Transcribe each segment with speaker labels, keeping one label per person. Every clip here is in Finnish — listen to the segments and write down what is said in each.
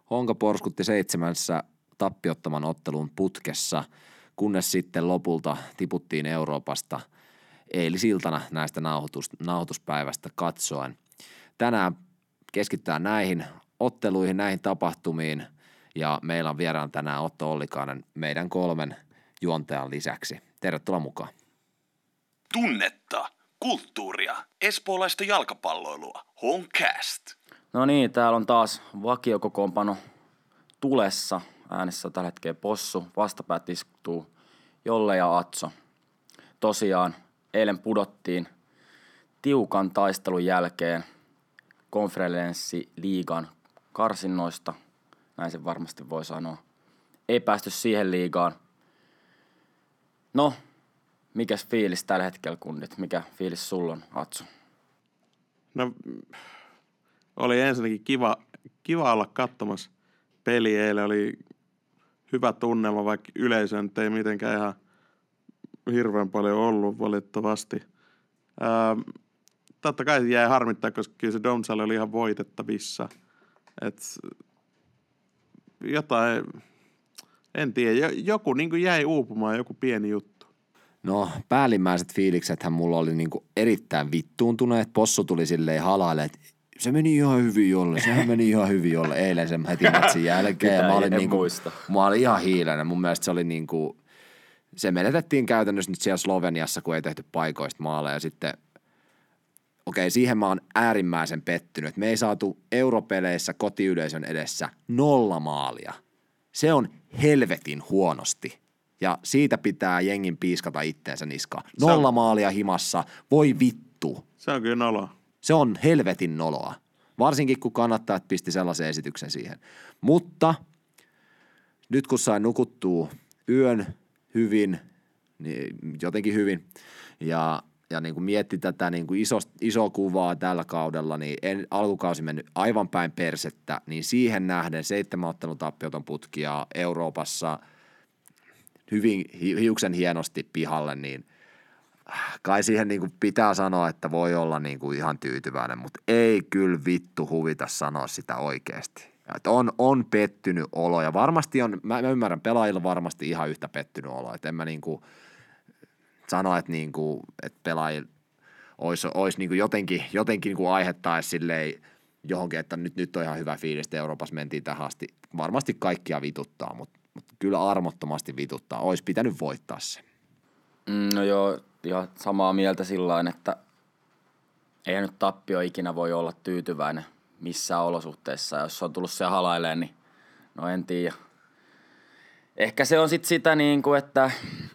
Speaker 1: Honka porskutti 7 tappiottoman ottelun putkessa, kunnes sitten lopulta tiputtiin Euroopasta eilisiltana näistä nauhoituspäivästä katsoen. Tänään keskitytään näihin otteluihin, näihin tapahtumiin ja meillä on vieraan tänään Otto Ollikainen meidän 3 juontajan lisäksi. Tervetuloa mukaan.
Speaker 2: Tunnetta, kulttuuria, espoolaista jalkapalloilua, Honcast.
Speaker 3: No niin, täällä on taas vakiokokoonpano tulessa. Äänessä tällä hetkellä Possu, vastapäät istuu Jolle ja Atso. Tosiaan eilen pudottiin tiukan taistelun jälkeen konferenssiliigan karsinnoista. Näin se varmasti voi sanoa. Ei päästy siihen liigaan. No, mikäs fiilis tällä hetkellä, kundit? Mikä fiilis sulla on, Atso?
Speaker 4: No, oli ensinnäkin kiva olla katsomassa peli eilen. Oli hyvä tunnelma, vaikka yleisö nyt ei mitenkään ihan hirveän paljon ollut valitettavasti. Totta kai se jäi harmittaa, koska kyllä se Domsali oli ihan voitettavissa. Et jotain, en tiedä, joku niin kuin jäi uupumaan, joku pieni juttu.
Speaker 1: No päällimmäiset fiiliksethän mulla oli niinku erittäin vittuuntuneet. Possu tuli silleen halaille, että se meni ihan hyvin Jolle, sehän meni ihan hyvin Jolle eilen sen heti matsin jälkeen. Ja mä olin ihan hiiläinen. Mun mielestä se oli niinku, se menetettiin käytännössä nyt siellä Sloveniassa, kun ei tehty paikoista maaleja. Sitten okei, siihen mä oon äärimmäisen pettynyt. Me ei saatu europeleissä kotiyleisön edessä 0 maalia. Se on helvetin huonosti. Ja siitä pitää jengin piiskata itteensä niskaan. 0 maalia himassa, voi vittu.
Speaker 4: Se on kyllä noloa.
Speaker 1: Se on helvetin noloa. Varsinkin kun kannattajat pisti sellaisen esityksen siihen. Mutta nyt kun sain nukuttua yön hyvin, niin jotenkin hyvin, ja niin kuin mietti tätä niin kuin isoa kuvaa tällä kaudella, niin alkukausi mennyt aivan päin persettä, niin siihen nähden 7 ottelun tappioton putkia Euroopassa hyvin hiuksen hienosti pihalle, niin kai siihen niin kuin pitää sanoa, että voi olla niin kuin ihan tyytyväinen, mutta ei kyllä vittu huvita sanoa sitä oikeasti. Että on pettynyt olo ja varmasti on, mä ymmärrän pelaajilla varmasti ihan yhtä pettynyt olo, että en mä niin kuin sanoa, että, niin kuin, että pelaajilla olisi niin kuin jotenkin niin kuin aihetta silleen johonkin, että nyt on ihan hyvä fiilis, että Euroopassa mentiin tähän asti. Varmasti kaikkia vituttaa, mutta kyllä armottomasti vituttaa. Olisi pitänyt voittaa se.
Speaker 3: No joo, ihan samaa mieltä sillain, että eihän nyt tappio ikinä voi olla tyytyväinen missään olosuhteessa. Jos on tullut se halailemaan, niin no en tiedä. Ehkä se on sitten sitä niin kuin, että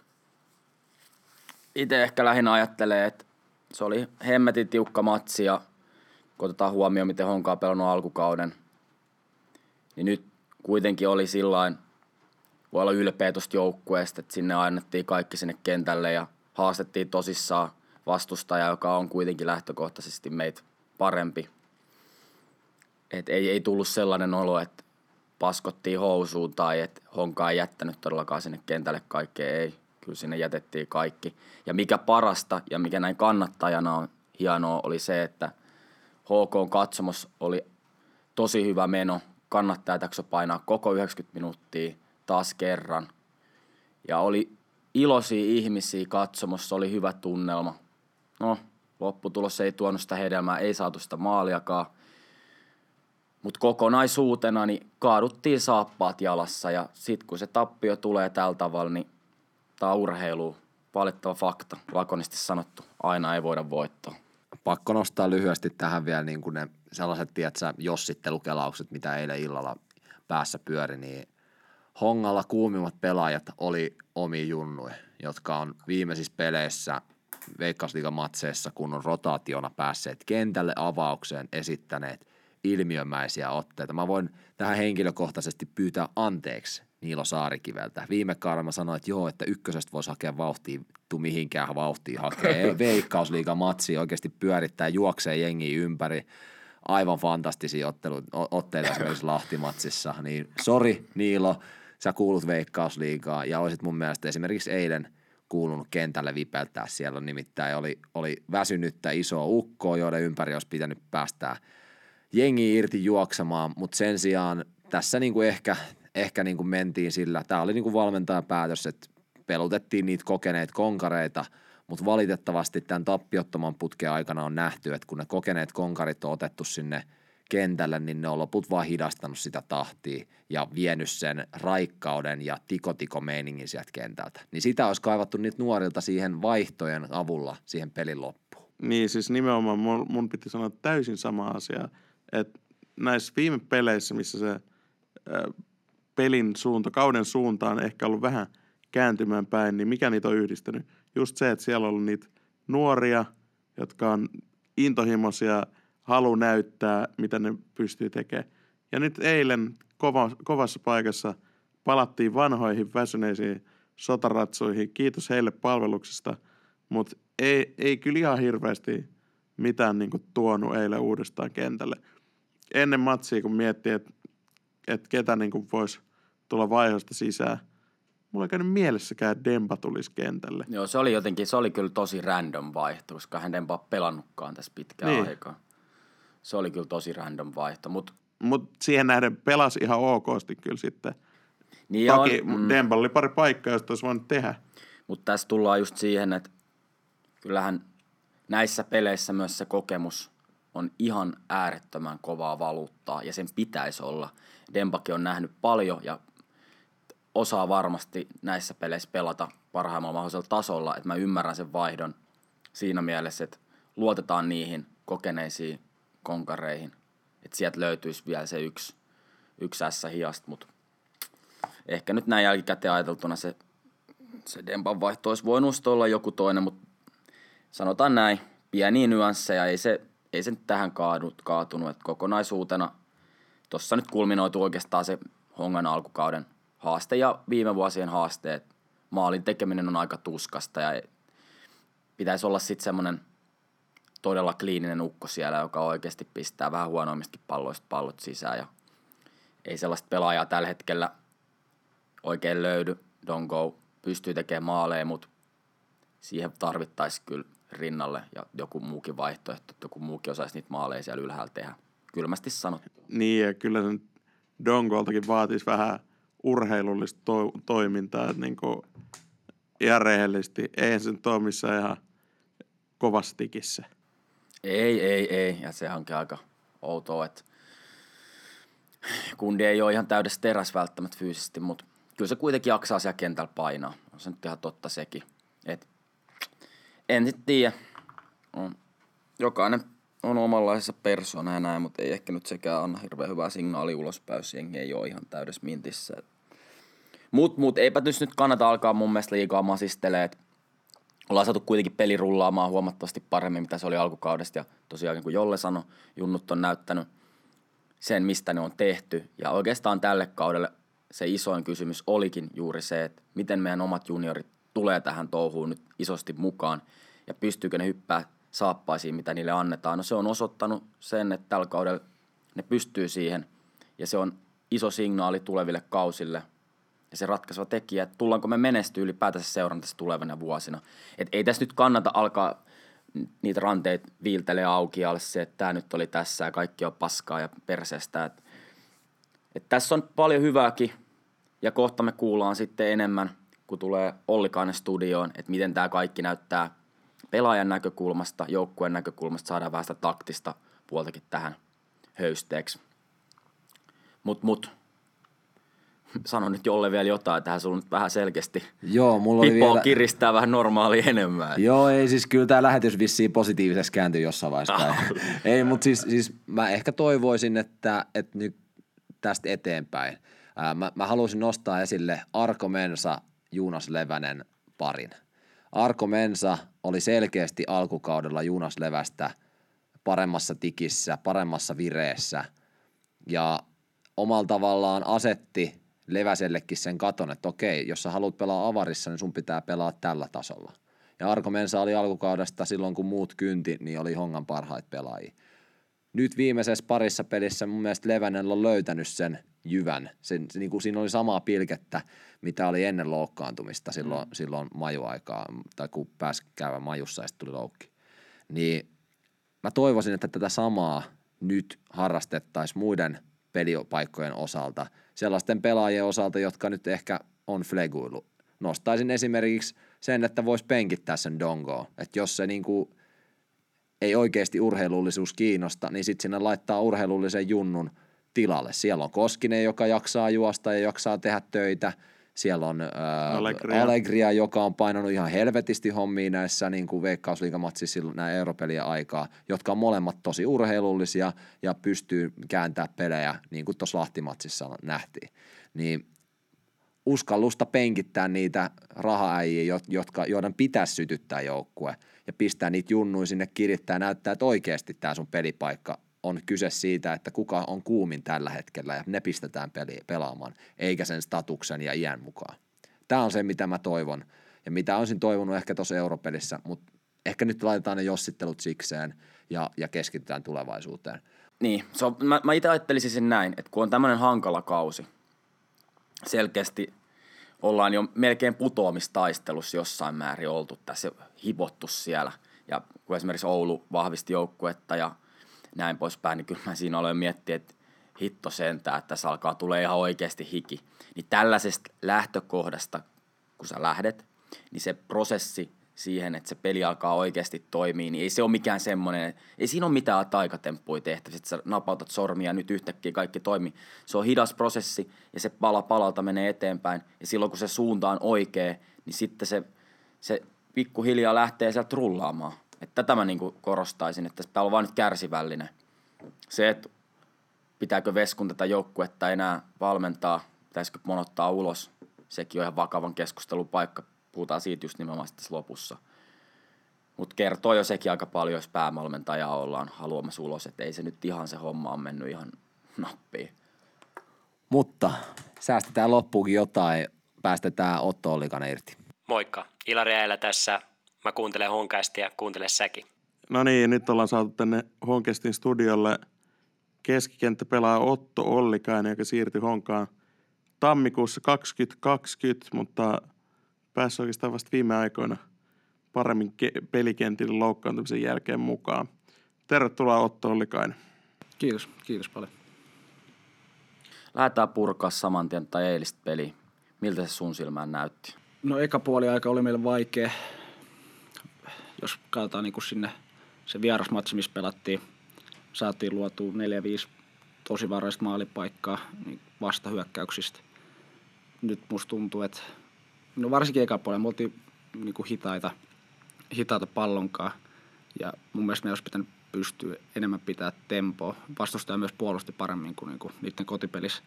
Speaker 3: itse ehkä lähinnä ajattelee, että se oli hemmetin tiukka matsi ja kun otetaan huomioon, miten Honka on pelannut alkukauden, niin nyt kuitenkin oli sillain, voi olla ylpeä tuosta joukkueesta, että sinne annettiin kaikki sinne kentälle ja haastettiin tosissaan vastustaja, joka on kuitenkin lähtökohtaisesti meitä parempi. Et ei tullut sellainen olo, että paskottiin housuun tai että Honka ei jättänyt todellakaan sinne kentälle kaikkea, ei. Kyllä sinne jätettiin kaikki. Ja mikä parasta ja mikä näin kannattajana on hienoa oli se, että HK katsomus oli tosi hyvä meno. Kannattajat jakso painaa koko 90 minuuttia taas kerran. Ja oli iloisia ihmisiä katsomossa, oli hyvä tunnelma. No, lopputulos ei tuonut sitä hedelmää, ei saatu sitä maaliakaan. Mutta kokonaisuutena niin kaaduttiin saappaat jalassa ja sitten kun se tappio tulee tällä tavalla, niin tämä on urheilu, valittava fakta, lakonisti sanottu, aina ei voida voittaa.
Speaker 1: Pakko nostaa lyhyesti tähän vielä niin kuin ne sellaiset, tiedätkö, jossittelukelaukset, mitä eilen illalla päässä pyöri, niin Hongalla kuumimmat pelaajat oli omi junnuja, jotka on viimeisissä peleissä Veikkausliigan-matseissa, kun on rotaationa päässeet kentälle avaukseen, esittäneet ilmiömäisiä otteita. Mä voin tähän henkilökohtaisesti pyytää anteeksi Niilo Saarikiveltä. Viime kaudella mä sanoin, että joo, että ykkösestä voisi hakea vauhtia, mihinkään vauhtia hakee. Veikkausliiga-matsi oikeasti pyörittää, juoksee jengiä ympäri. Aivan fantastisia otteita esimerkiksi Lahti-matsissa. Niin sori Niilo, sä kuulut Veikkausliigaa ja olisit mun mielestä esimerkiksi eilen kuulunut kentälle vipeltää. Siellä nimittäin oli väsynyttä isoa ukkoa, joiden ympäri olisi pitänyt päästää jengi irti juoksemaan, mutta sen sijaan tässä niin kuin ehkä niin kuin mentiin sillä, tämä oli niin kuin valmentajan päätös, että pelutettiin niitä kokeneita konkareita, mutta valitettavasti tämän tappiottoman putken aikana on nähty, että kun ne kokeneet konkarit on otettu sinne kentälle, niin ne on loput vaan hidastanut sitä tahtia ja vienyt sen raikkauden ja tiko-meiningin sieltä kentältä. Niin sitä olisi kaivattu niitä nuorilta siihen vaihtojen avulla siihen pelin loppuun.
Speaker 4: Niin, siis nimenomaan mun piti sanoa täysin sama asia, että näissä viime peleissä, missä se pelin suunta, kauden suunta on ehkä ollut vähän kääntymään päin, niin mikä niitä on yhdistänyt? Just se, että siellä on ollut niitä nuoria, jotka on intohimoisia, halu näyttää, mitä ne pystyy tekemään. Ja nyt eilen kovassa paikassa palattiin vanhoihin väsyneisiin sotaratsuihin. Kiitos heille palveluksesta, mutta ei kyllä ihan hirveästi mitään niinku tuonut eilen uudestaan kentälle. Ennen matsia, kun miettii, että ketä niinku voisi tulla vaihosta sisään, mulla ei käynyt mielessäkään, että Demba tulisi kentälle.
Speaker 3: Joo, se oli kyllä tosi random vaihto, koska hän Demba on pelannutkaan tässä pitkään aikaa. Se oli kyllä tosi random vaihto, mutta
Speaker 4: siihen nähden pelasi ihan okosti kyllä sitten.
Speaker 3: Niin
Speaker 4: toki Demba oli pari paikkaa, josta olisi voinut tehdä.
Speaker 3: Mutta tässä tullaan just siihen, että kyllähän näissä peleissä myös se kokemus on ihan äärettömän kovaa valuuttaa, ja sen pitäisi olla. Dembakin on nähnyt paljon ja osaa varmasti näissä peleissä pelata parhaimmalla mahdollisella tasolla, että mä ymmärrän sen vaihdon siinä mielessä, että luotetaan niihin kokeneisiin konkareihin, että sieltä löytyisi vielä se yksi S-hiast, mutta ehkä nyt näin jälkikäteen ajateltuna se Demban vaihto olisi voinut olla joku toinen, mutta sanotaan näin, pieniä nyansseja, ei se nyt tähän kaatunut, että kokonaisuutena tuossa nyt kulminoitu oikeastaan se Hongan alkukauden haaste ja viime vuosien haasteet. Maalin tekeminen on aika tuskasta ja pitäisi olla sitten semmoinen todella kliininen ukko siellä, joka oikeasti pistää vähän huonoimmistakin palloista pallot sisään. Ja ei sellaista pelaajaa tällä hetkellä oikein löydy. Dongo pystyy tekemään maaleja, mutta siihen tarvittaisiin kyllä rinnalle ja joku muukin vaihtoehto, että joku muukin osaisi niitä maaleja siellä ylhäällä tehdä. Kylmästi sanottu.
Speaker 4: Niin, ja kyllä sen Dongoltakin vaatisi vähän urheilullista toimintaa, että niinku ihan rehellisesti. Eihän se nyt ole missään ihan kovassa tikissä.
Speaker 3: Ei. Ja se onkin aika outoa, että kundi ei ole ihan täydessä teräs välttämättä fyysisesti, mutta kyllä se kuitenkin jaksaa siellä kentällä painaa. On se nyt ihan totta sekin. Et en sitten tiedä. Jokainen on omanlaisessa persoona ja näin, mutta ei ehkä nyt sekään anna hirveän hyvää signaalia ulospäin, jos jengi ei ole ihan täydessä mintissä. Mut eipä nyt kannata alkaa mun mielestä liikaa masistelee. Ollaan saatu kuitenkin peli rullaamaan huomattavasti paremmin, mitä se oli alkukaudesta. Ja tosiaan, niin kuin Jolle sanoi, junnut on näyttänyt sen, mistä ne on tehty. Ja oikeastaan tälle kaudelle se isoin kysymys olikin juuri se, että miten meidän omat juniorit tulee tähän touhuun nyt isosti mukaan. Ja pystyykö ne hyppää saappaisiin, mitä niille annetaan. No se on osoittanut sen, että tällä kaudella ne pystyy siihen. Ja se on iso signaali tuleville kausille. Ja se ratkaiseva tekijä, että tullaanko me menestyä ylipäätänsä seurantassa tulevina vuosina. Et ei tässä nyt kannata alkaa niitä ranteita viiltelee auki alle se, että tämä nyt oli tässä ja kaikki on paskaa ja perseestä. Et tässä on paljon hyvääkin ja kohta me kuullaan sitten enemmän, kun tulee Ollikainen studioon, että miten tämä kaikki näyttää pelaajan näkökulmasta, joukkueen näkökulmasta, saadaan vähän sitä taktista puoltakin tähän höysteeksi. Mut. Sano nyt Jolle vielä jotain, tähän sulla nyt vähän selkeästi
Speaker 1: mulla oli vielä
Speaker 3: kiristää vähän normaalia enemmän.
Speaker 1: Joo, ei siis kyllä tämä lähetys vissiin positiivisesti kääntyi jossain vaiheessa. Ei, mutta siis mä ehkä toivoisin, että nyt tästä eteenpäin. Mä haluaisin nostaa esille Arko Mensa, Jonas Levänen parin. Arko Mensa oli selkeästi alkukaudella Jonas Levästä paremmassa tikissä, paremmassa vireessä ja omalla tavallaan asetti Leväsellekin sen katon, että okei, jos sä haluat pelaa avarissa, niin sun pitää pelaa tällä tasolla. Ja Arko Mensa oli alkukaudesta silloin, kun muut kynti, niin oli Hongan parhaita pelaajia. Nyt viimeisessä parissa pelissä mun mielestä Levänen on löytänyt sen jyvän. Niin kuin siinä oli samaa pilkettä, mitä oli ennen loukkaantumista silloin majuaikaa, tai kun pääsi käydä majussa ja sitten tuli loukki. Niin mä toivoisin, että tätä samaa nyt harrastettaisiin muiden pelipaikkojen osalta, sellaisten pelaajien osalta, jotka nyt ehkä on fleguillut. Nostaisin esimerkiksi sen, että voisi penkittää sen Dongoa, että jos se niinku ei oikeasti urheilullisuus kiinnosta, niin sitten sinne laittaa urheilullisen junnun tilalle. Siellä on Koskinen, joka jaksaa juosta ja jaksaa tehdä töitä. Siellä on Allegria, joka on painanut ihan helvetisti hommia näissä niin kuin Veikkausliigamatsissa näin europelien aikaa, jotka on molemmat tosi urheilullisia ja pystyy kääntämään pelejä, niin kuin tuossa Lahtimatsissa nähtiin. Niin uskallusta penkittää niitä rahaäjiä, joiden pitäisi sytyttää joukkue ja pistää niitä junnuja sinne kirittää ja näyttää, että oikeasti tämä sun pelipaikka on kyse siitä, että kuka on kuumin tällä hetkellä ja ne pistetään pelaamaan, eikä sen statuksen ja iän mukaan. Tämä on se, mitä mä toivon ja mitä olisin toivonut ehkä tuossa Europelissä, mutta ehkä nyt laitetaan ne jossittelut sikseen ja keskitytään tulevaisuuteen.
Speaker 3: Niin, mä itse ajattelisin sen näin, että kun on tämmöinen hankala kausi, selkeästi ollaan jo melkein putoamistaistelussa jossain määrin oltu tässä hipottu siellä. Ja kun esimerkiksi Oulu vahvisti joukkuetta ja näin poispäin, niin kyllä mä siinä olen miettiä, että hitto sentään, että tässä alkaa tulee ihan oikeasti hiki. Niin tällaisesta lähtökohdasta, kun sä lähdet, niin se prosessi siihen, että se peli alkaa oikeasti toimia, niin ei se ole mikään semmoinen, ei siinä ole mitään taikatemppuja tehtävissä, että sä napautat sormia ja nyt yhtäkkiä kaikki toimii. Se on hidas prosessi ja se pala palalta menee eteenpäin ja silloin kun se suunta on oikea, niin sitten se pikkuhiljaa lähtee sieltä rullaamaan. Että tätä mä niinku korostaisin, että pitää olla vaan nyt kärsivällinen. Se, että pitääkö Veskun tätä joukkuetta enää valmentaa, pitäisikö monottaa ulos, sekin on ihan vakavan keskustelun paikka. Puhutaan siitä just nimenomaan tässä lopussa. Mutta kertoo jo sekin aika paljon, jos päävalmentajaa ollaan haluamassa ulos, että ei se nyt ihan se homma on mennyt ihan nappiin.
Speaker 1: Mutta säästetään loppuunkin jotain, päästetään Otto Ollikainen irti.
Speaker 5: Moikka, Ilari Äälä tässä. Mä kuuntelen Honcastia, kuuntele säkin.
Speaker 4: No niin, nyt ollaan saatu tänne Honcastin studiolle keskikenttäpelaaja Otto Ollikainen, joka siirtyi Honkaan tammikuussa 2020, mutta pääsi oikeastaan vasta viime aikoina paremmin pelikentille loukkaantumisen jälkeen mukaan. Tervetuloa Otto Ollikainen.
Speaker 6: Kiitos paljon.
Speaker 3: Lähdetään purkaa saman tien tai eilistä peliä. Miltä se sun silmään näytti?
Speaker 6: No eka puoli aika oli meille vaikea. Jos katsotaan niin sinne se vierasmatsi, missä pelattiin, saatiin luotua 4-5 tosi varaista maalipaikkaa niin vastahyökkäyksistä. Nyt musta tuntuu, että no varsinkin eka puolella me oltiin niin kuin hitaita pallonkaan ja mun mielestä me olisi pitänyt pystyä enemmän pitää tempoa. Vastustaja myös puolusti paremmin kuin niinku niiden kotipelissä.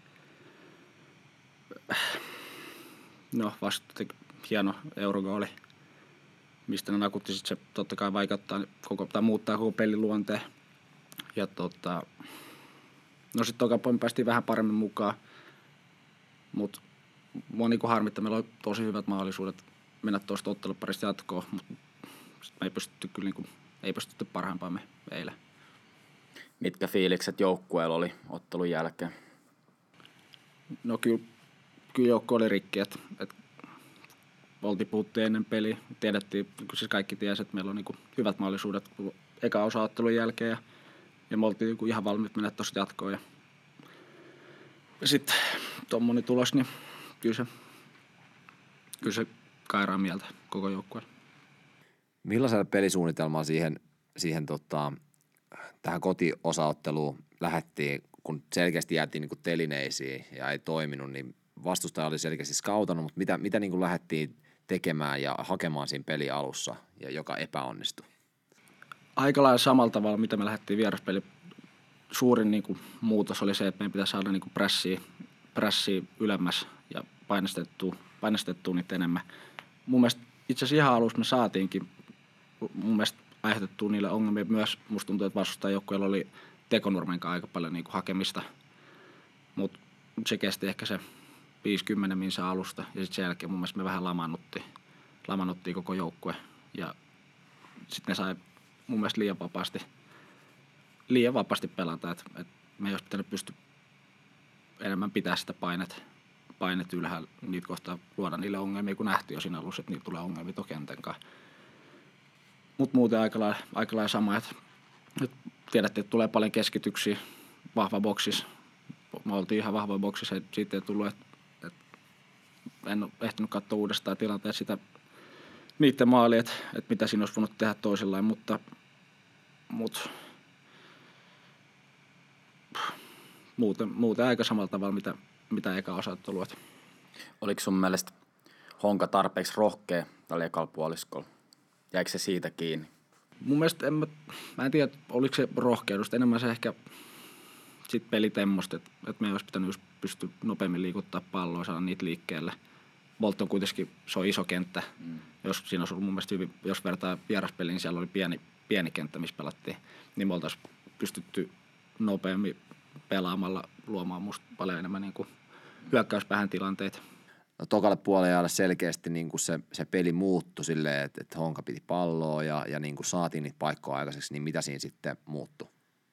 Speaker 6: No vasta hieno eurogooli, mistä ne nakutti sit se totta kai vaikeuttaa muuttaa koko pelin luonteen. Ja no sit toka päästiin vähän paremmin mukaan, mut mua niinku harmittaa, meillä oli tosi hyvät mahdollisuudet mennä tuosta otteluparista jatkoon, mutta me ei pystytty parhaimpaamme eilen.
Speaker 3: Mitkä fiilikset joukkueella oli ottelun jälkeen?
Speaker 6: No kyllä joukkue oli rikki, että oltiin puhuttiin ennen peliä, tiedettiin, siis kaikki tiesi, että meillä on niinku hyvät mahdollisuudet eka osa-ottelun jälkeen ja me oltiin niinku ihan valmiit mennä tuosta jatkoon ja sitten tommonen tulos, niin kyllä se kairaa mieltä koko joukkueelle.
Speaker 1: Millaisella pelisuunnitelmaa siihen tähän kotiosaotteluun lähdettiin, kun selkeästi jäätiin niin kuin telineisiin ja ei toiminut, niin vastustaja oli selkeästi skautannut, mutta mitä niin kuin lähdettiin tekemään ja hakemaan siinä peli alussa, ja joka epäonnistui? Aika
Speaker 6: lailla samalla tavalla, mitä me lähdettiin vieraspeli. Suurin niin kuin muutos oli se, että meidän pitää saada niin kuin prässiä ylemmäs ja painestettua niitä enemmän. Mun mielestä itse asiassa ihan alussa me saatiinkin mun mielestä aiheutettua niille ongelmia. Myös musta tuntuu, että vastustajajoukkueella oli tekonurmen kanssa aika paljon niin kuin hakemista, mutta se kesti ehkä se 50 minsa alusta ja sitten sen jälkeen mun mielestä me vähän lamannuttiin koko joukkue ja sitten ne sai mun mielestä liian vapaasti pelata, että me ei olisi pitänyt pysty enemmän pitää sitä painet ylhäällä, niitä kohtaa luoda niille ongelmia, kun nähtiin jo siinä alussa, että niitä tulee ongelmia kentän kanssa. Mutta muuten aika lailla sama, että nyt tiedätte, että tulee paljon keskityksiä, vahva boksis, me oltiin ihan vahvoja boksissa, siitä ei tullut, että en ole ehtinyt katsoa uudestaan tilanteen sitä niiden maali, että mitä siinä olisi voinut tehdä toisellaan, mutta muuten aika samalla tavalla, mitä eka osaottelu.
Speaker 3: Oliko sun mielestä Honka tarpeeksi rohkea tällä ekalla puoliskolla? Jäikö se siitä kiinni?
Speaker 6: Mun mielestä mä en tiedä, oliko se rohkeudusta, enemmän se ehkä sit pelitemmosta, että meidän olisi pitänyt pystyä nopeammin liikuttaa palloa, saada niitä liikkeelle. Bolt on kuitenkin, se on iso kenttä. Jos siinä olisi ollut mun mielestä hyvin, jos vertaa vieraspeliin, niin siellä oli pieni kenttä, missä pelattiin, niin me oltaisiin pystytty nopeammin pelaamalla luomaan musta paljon enemmän niin kuin hyökkäyspäähän tilanteita.
Speaker 1: No tokalle puolelle selkeästi niin kuin se peli muuttui silleen, että Honka piti palloa ja niin kuin saatiin niitä paikkoja aikaiseksi, niin mitä siinä sitten muuttui?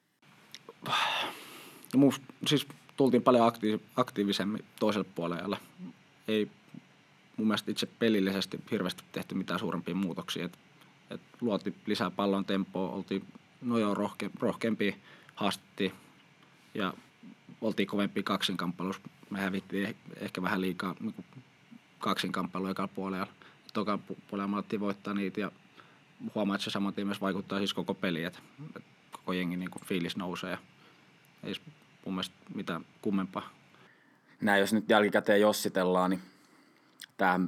Speaker 6: No siis tultiin paljon aktiivisemmin toiselle puolelle. Ei mun mielestä itse pelillisesti hirveästi tehty mitään suurempia muutoksia. Et luotiin lisää pallon tempoa, oltiin rohkeampia, haastettiin ja oltiin kovempia kaksinkamppailussa. Me hävittiin ehkä vähän liikaa niin kaksinkamppailua ekalla puolella. Tokalla puolella me alettiin voittaa niitä ja huomaa, että se saman tien myös vaikuttaa siis koko peliin, että koko jengi niin kuin fiilis nousee ja ei mun mielestä mitään kummempaa.
Speaker 3: Näin, jos nyt jälkikäteen jossitellaan, niin tämä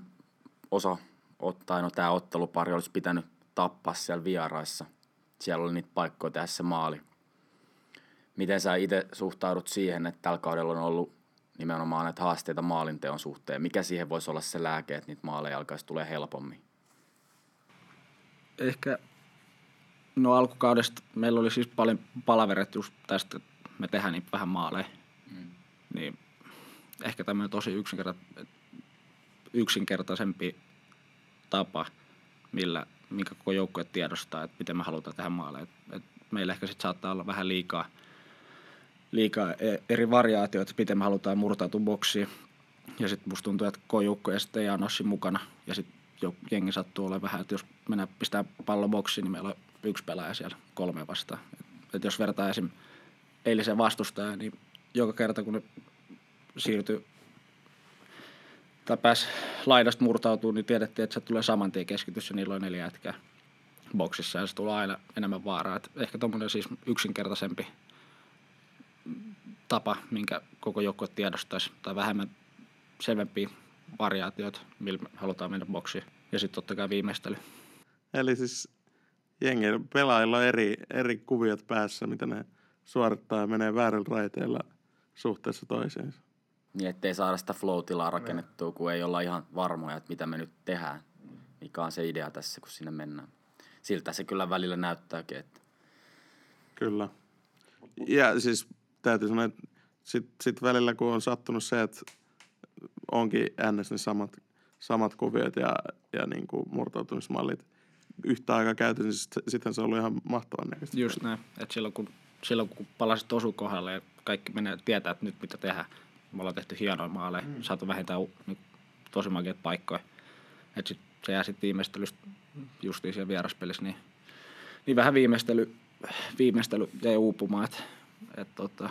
Speaker 3: tämä ottelupari olisi pitänyt tappaa siellä vieraissa. Siellä oli niitä paikkoja tehdä se maali. Miten sä itse suhtaudut siihen, että tällä kaudella on ollut nimenomaan näitä haasteita maalinteon suhteen? Mikä siihen voisi olla se lääke, että niitä maaleja alkaisi tulee helpommin?
Speaker 6: Ehkä alkukaudesta meillä oli siis paljon palavereita just tästä, että me tehdään niin vähän maaleja. Niin ehkä tämmöinen tosi yksinkertaisempi tapa, minkä koko joukkue tiedostaa, että miten me halutaan tehdä maaleja. Et meillä ehkä sitten saattaa olla vähän liikaa eri variaatioita, miten me halutaan murtautua boksiin. Ja sitten musta tuntuu, että koko joukkue ei aina ole siinä mukana. Ja sitten jengi sattuu olemaan vähän, että jos mennään pistää pallo boksiin, niin meillä on yksi pelaaja siellä 3 vastaan. Et jos vertaa esim. Eilisen vastustajaan, niin joka kerta kun ne siirtyi tai pääsi laidasta murtautumaan, niin tiedettiin, että se tulee saman tien keskitys ja niillä on 4 jätkää boksissa ja se tulee aina enemmän vaaraa. Et ehkä tommoinen siis yksinkertaisempi tapa, minkä koko joukkue tiedostaisi tai vähemmän selvempiä variaatioita, millä me halutaan mennä boksiin. Ja sitten totta kai viimeistely.
Speaker 4: Eli siis jengin pelaajilla on eri kuviot päässä, mitä ne suorittaa ja menee väärällä raiteilla suhteessa toisiinsa.
Speaker 3: Niin, ettei saada sitä flow-tilaa rakennettua, kun ei olla ihan varmoja, että mitä me nyt tehdään. Mikä on se idea tässä, kun sinne mennään. Siltä se kyllä välillä näyttääkin. Että...
Speaker 4: Kyllä. Ja siis täytyy sanoa, että sit välillä kun on sattunut se, että onkin ns. Ne samat kuviot ja niin kuin murtautumismallit yhtä aikaa käyty, niin sitten se on ollut ihan mahtavan näköistä.
Speaker 6: Just näin. Että silloin kun palasit osuu kohdalle ja kaikki tietää, että nyt mitä tehdään. Me ollaan tehty hienoja maaleja, saatu vähintään tosi makeat paikkoja. Että sit se jää sitten viimeistelystä justiin siellä vieraspelissä, niin vähän viimeistely jäi uupumaan, että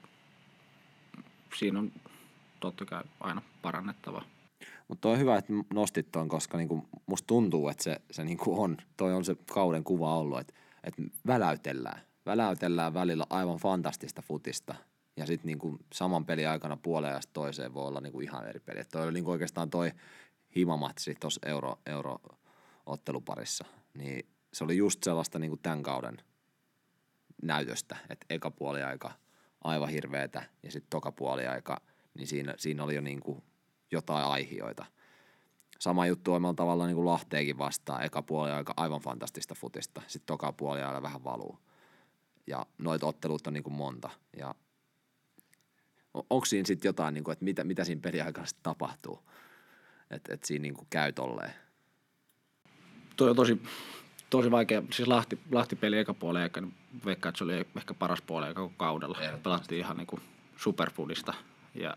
Speaker 6: siinä on totta kai aina parannettava.
Speaker 1: Mutta on hyvä, että nostit ton, koska niinku musta tuntuu, että se niinku on, toi on se kauden kuva ollut, että väläytellään välillä aivan fantastista futista. Ja sitten niinku saman pelin aikana puoleen ja toiseen voi olla niinku ihan eri peli. Et toi oli niinku oikeastaan toi himamatsi tuossa euro-otteluparissa. Niin se oli just sellaista niinku tämän kauden näytöstä, että eka puoliaika aivan hirveetä ja sitten toka puoliaika, niin siinä oli jo niinku jotain aihioita. Sama juttu omalla tavalla niinku Lahteenkin vastaan. Eka puoliaika aivan fantastista futista, sitten toka puoliaika vähän valuu. Ja noita otteluita on niinku monta. Ja onko siinä sitten jotain, niinku, että mitä siinä peliaikana sitten tapahtuu? Että siinä niinku käy tolleen.
Speaker 6: Tuo on tosi vaikea. Siis Lahti-peli eka puolen aika, niin veikkaan, että se oli ehkä paras puolen aika koko kaudella. Pelattiin ihan niinku superfoodista. Ja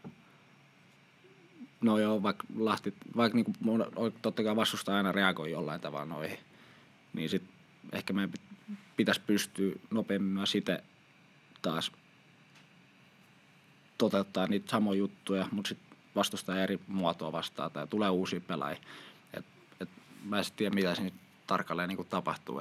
Speaker 6: no joo, vaikka niinku totta kai vastustaa aina reagoi jollain tavalla noihin, niin sit ehkä meidän pitäisi pystyä nopeammin myös itse taas toteuttaa niitä samoja juttuja, mutta sitten vastustaa eri muotoa vastaan tai tulee uusia pelaajia. Et mä en sitten tiedä, mitä siinä tarkalleen niin tapahtuu.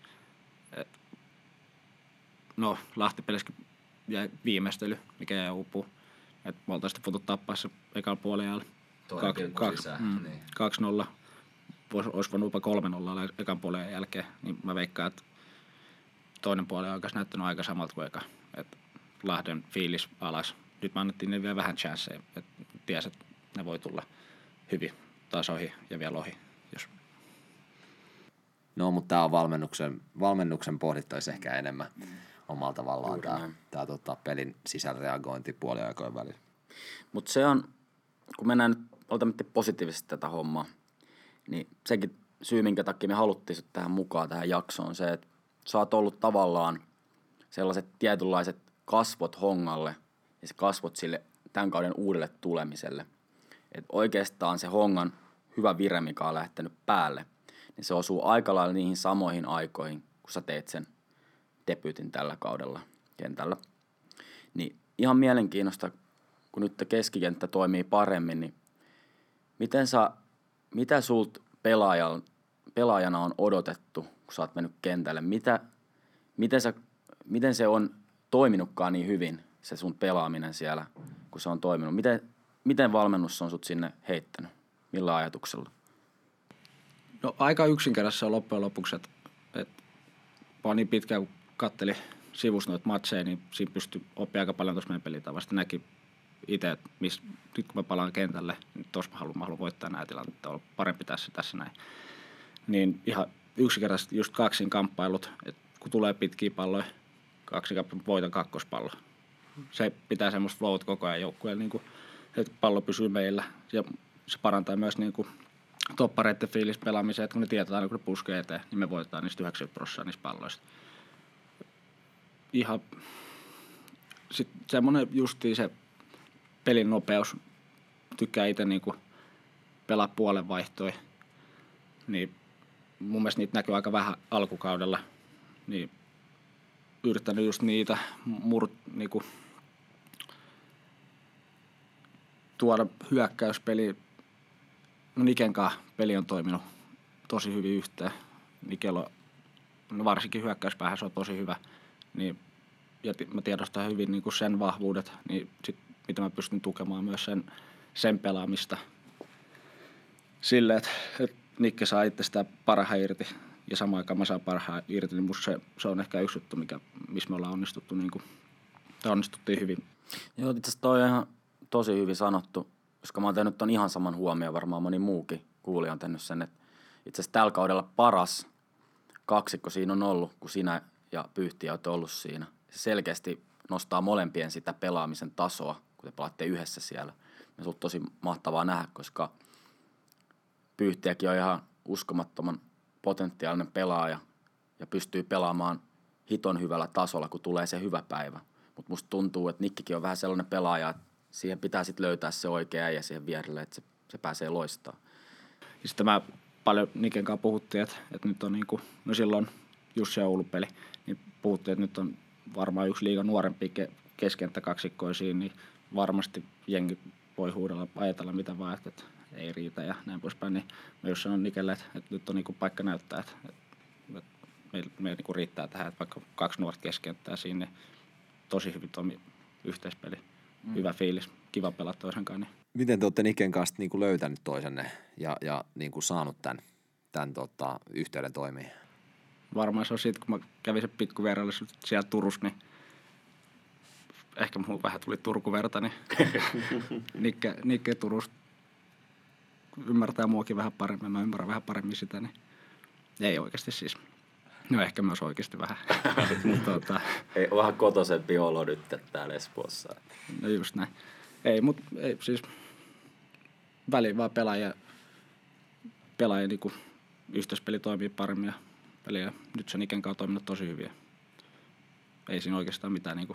Speaker 6: No, Lahti-pelissäkin jäi viimeistely, mikä jäi uupuu. Me oltaisiin sitten voitu tappaa se ekalla puolella. 2-0. Olisi voinut jopa 3-0 ekan puolen jälkeen. Niin mä veikkaan, että toinen puoli on näyttänyt aika samalta kuin eka. Et Lahden fiilis alas. Nyt me annettiin ne vielä vähän chanceja. Ties, että ne voi tulla hyvin taas ohi ja vielä ohi. Jos.
Speaker 1: No, mutta tämä on valmennuksen pohdittaisi ehkä enemmän omalla tavallaan tämä pelin sisäreagointi puoliaikojen välillä.
Speaker 3: Mutta se on, kun mennään nyt, otamme positiivisesti tätä hommaa, niin sekin syy, minkä takia me haluttiin sut tähän mukaan tähän jaksoon, on se, että sä oot ollut tavallaan sellaiset tietynlaiset kasvot Hongalle ja se kasvot sille tämän kauden uudelle tulemiselle. Et oikeastaan se Hongan hyvä vire, mikä on lähtenyt päälle, niin se osuu aika lailla niihin samoihin aikoihin, kun sä teet sen debyytin tällä kaudella kentällä. Niin ihan mielenkiinnosta, kun nyt keskikenttä toimii paremmin, niin mitä sulta pelaajana on odotettu, kun sä oot mennyt kentälle? Miten se on toiminutkaan niin hyvin, se sun pelaaminen siellä, kun se on toiminut? Miten valmennus on sut sinne heittänyt? Millä ajatuksella?
Speaker 6: No aika yksinkertaisesti on loppujen lopuksi, että vaan niin pitkään kun katteli sivusta noita matseja, niin siinä pystyi oppimaan aika paljon tuossa meidän pelitavasta. Näki itse, että nyt kun mä palaan kentälle, niin tuossa mä haluan voittaa nämä tilanteet, olla parempi tässä näin. Niin ihan yksinkertaisesti just kaksinkamppailut, että kun tulee pitkiä palloja, kaksinkamppailut, voitan kakkospallo. Se pitää semmoista flowt koko ajan joukkueella, niin että pallo pysyy meillä ja se parantaa myös niin kuin toppareiden fiilis pelaamiseen, että kun ne tietää aina, kun ne puskee eteen, niin me voitetaan niistä 90% niistä palloista. Ihan sitten semmoinen justiin se pelin nopeus. Tykkää itse niinku pelaa puolen vaihtoja. Niin mun mielestä niitä näkyy aika vähän alkukaudella. Niin yrittänyt just niitä niinku tuoda hyökkäyspeliä. No Nikenkaan peli on toiminut tosi hyvin yhteen. Nikelo, no varsinkin hyökkäyspäähän se on tosi hyvä. Niin, ja mä tiedostan hyvin niin kuin sen vahvuudet, niin sit, mitä mä pystyn tukemaan myös sen pelaamista. Silleen, että Nikke saa itse sitä parhaan irti ja samaan aikaan mä saan parhaan irti, niin musta se on ehkä yksi juttu, missä me ollaan onnistuttu, onnistuttiin hyvin.
Speaker 3: Joo, itse asiassa toi on ihan tosi hyvin sanottu, koska mä oon tehnyt ton ihan saman huomioon, varmaan moni muukin kuulija on tehnyt sen, että itse asiassa tällä kaudella paras kaksikko siinä on ollut, kun sinä ja Pyhtiä olette ollut siinä. Se selkeästi nostaa molempien sitä pelaamisen tasoa, kun te pelaatte yhdessä siellä. Se on tosi mahtavaa nähdä, koska Pyhtiäkin on ihan uskomattoman potentiaalinen pelaaja ja pystyy pelaamaan hiton hyvällä tasolla, kun tulee se hyvä päivä. Mutta musta tuntuu, että Nikkikin on vähän sellainen pelaaja, että siihen pitää sitten löytää se oikea äijä siihen vierelle, että se pääsee loistamaan.
Speaker 6: Ja sitten mä paljon Niken kanssa puhuttiin, että nyt on niinku, no silloin just se Oulu-peli, niin puhuttiin, että nyt on varmaan yksi liigan nuorempia keskenttäkaksikkoja siinä, niin varmasti jengi voi huudella, ajatella mitä vaan, että ei riitä ja näin poispäin. Niin mä just sanon Nikelle, että nyt on niinku paikka näyttää, että meillä niinku riittää tähän, että vaikka 2 nuorta keskenttää siinä, niin tosi hyvin toimi yhteispeli. Hyvä fiilis, kiva pelata toisen kanssa. Niin.
Speaker 1: Miten te olette Niken kanssa niin kuin löytänyt toisenne ja niin kuin saanut tämän yhteyden toimiin?
Speaker 6: Varmaan se on siitä, kun mä kävin sen pitkuvierailu siellä Turussa, niin ehkä mulla vähän tuli Turku-verta, niin Nikke Turusta ymmärtää muakin vähän paremmin, mä ymmärrän vähän paremmin sitä, niin ei oikeasti siis. No ehkä myös oikeasti vähän.
Speaker 3: Ei vähän kotoisempi olo nyt täällä Espoossa.
Speaker 6: No just näin. Ei, mutta ei, siis väliin vaan pelaaja niinku yhteispeli toimii paremmin ja peliä. Nyt se Niken kanssa on toiminut tosi hyvin. Ei siinä oikeastaan mitään niinku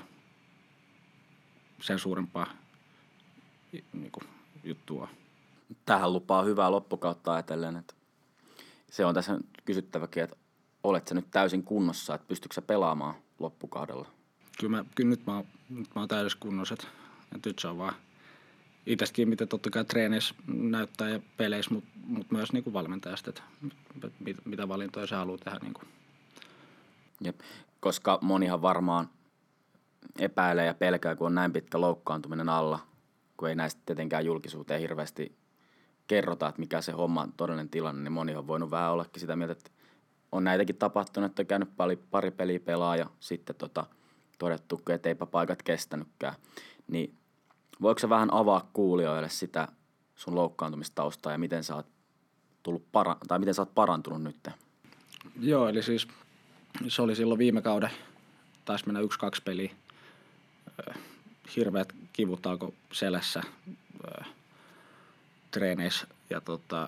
Speaker 6: sen suurempaa niinku juttua.
Speaker 3: Tähän lupaa hyvää loppukautta ajatellen, että se on tässä kysyttäväkin, että olet sä nyt täysin kunnossa, että pystytkö sä pelaamaan loppukaudella?
Speaker 6: Kyllä nyt mä oon täydessä kunnossa, että Ja nyt se on vaan itsekin, miten totta kai treeneissä näyttää ja peleissä, mutta myös niin kuin valmentajasta, että mitä valintoja se haluaa tehdä. Niin kuin.
Speaker 3: Jep. Koska monihan varmaan epäilee ja pelkää, kun on näin pitkä loukkaantuminen alla, kun ei näistä tietenkään julkisuuteen hirveästi kerrota, että mikä se homma todellinen tilanne, niin moni on voinut vähän ollakin sitä mieltä, että on näitäkin tapahtunut, että on käynyt pari peliä pelaa ja sitten todettu, että eipä paikat kestänytkään. Niin voiko sä vähän avaa kuulijoille sitä sun loukkaantumistaustaa ja miten sä oot miten sä oot parantunut nyt?
Speaker 6: Joo, eli siis se oli silloin viime kauden, taisi mennä 1-2 peliä. Hirveät kivut alkoi selässä treeneissä ja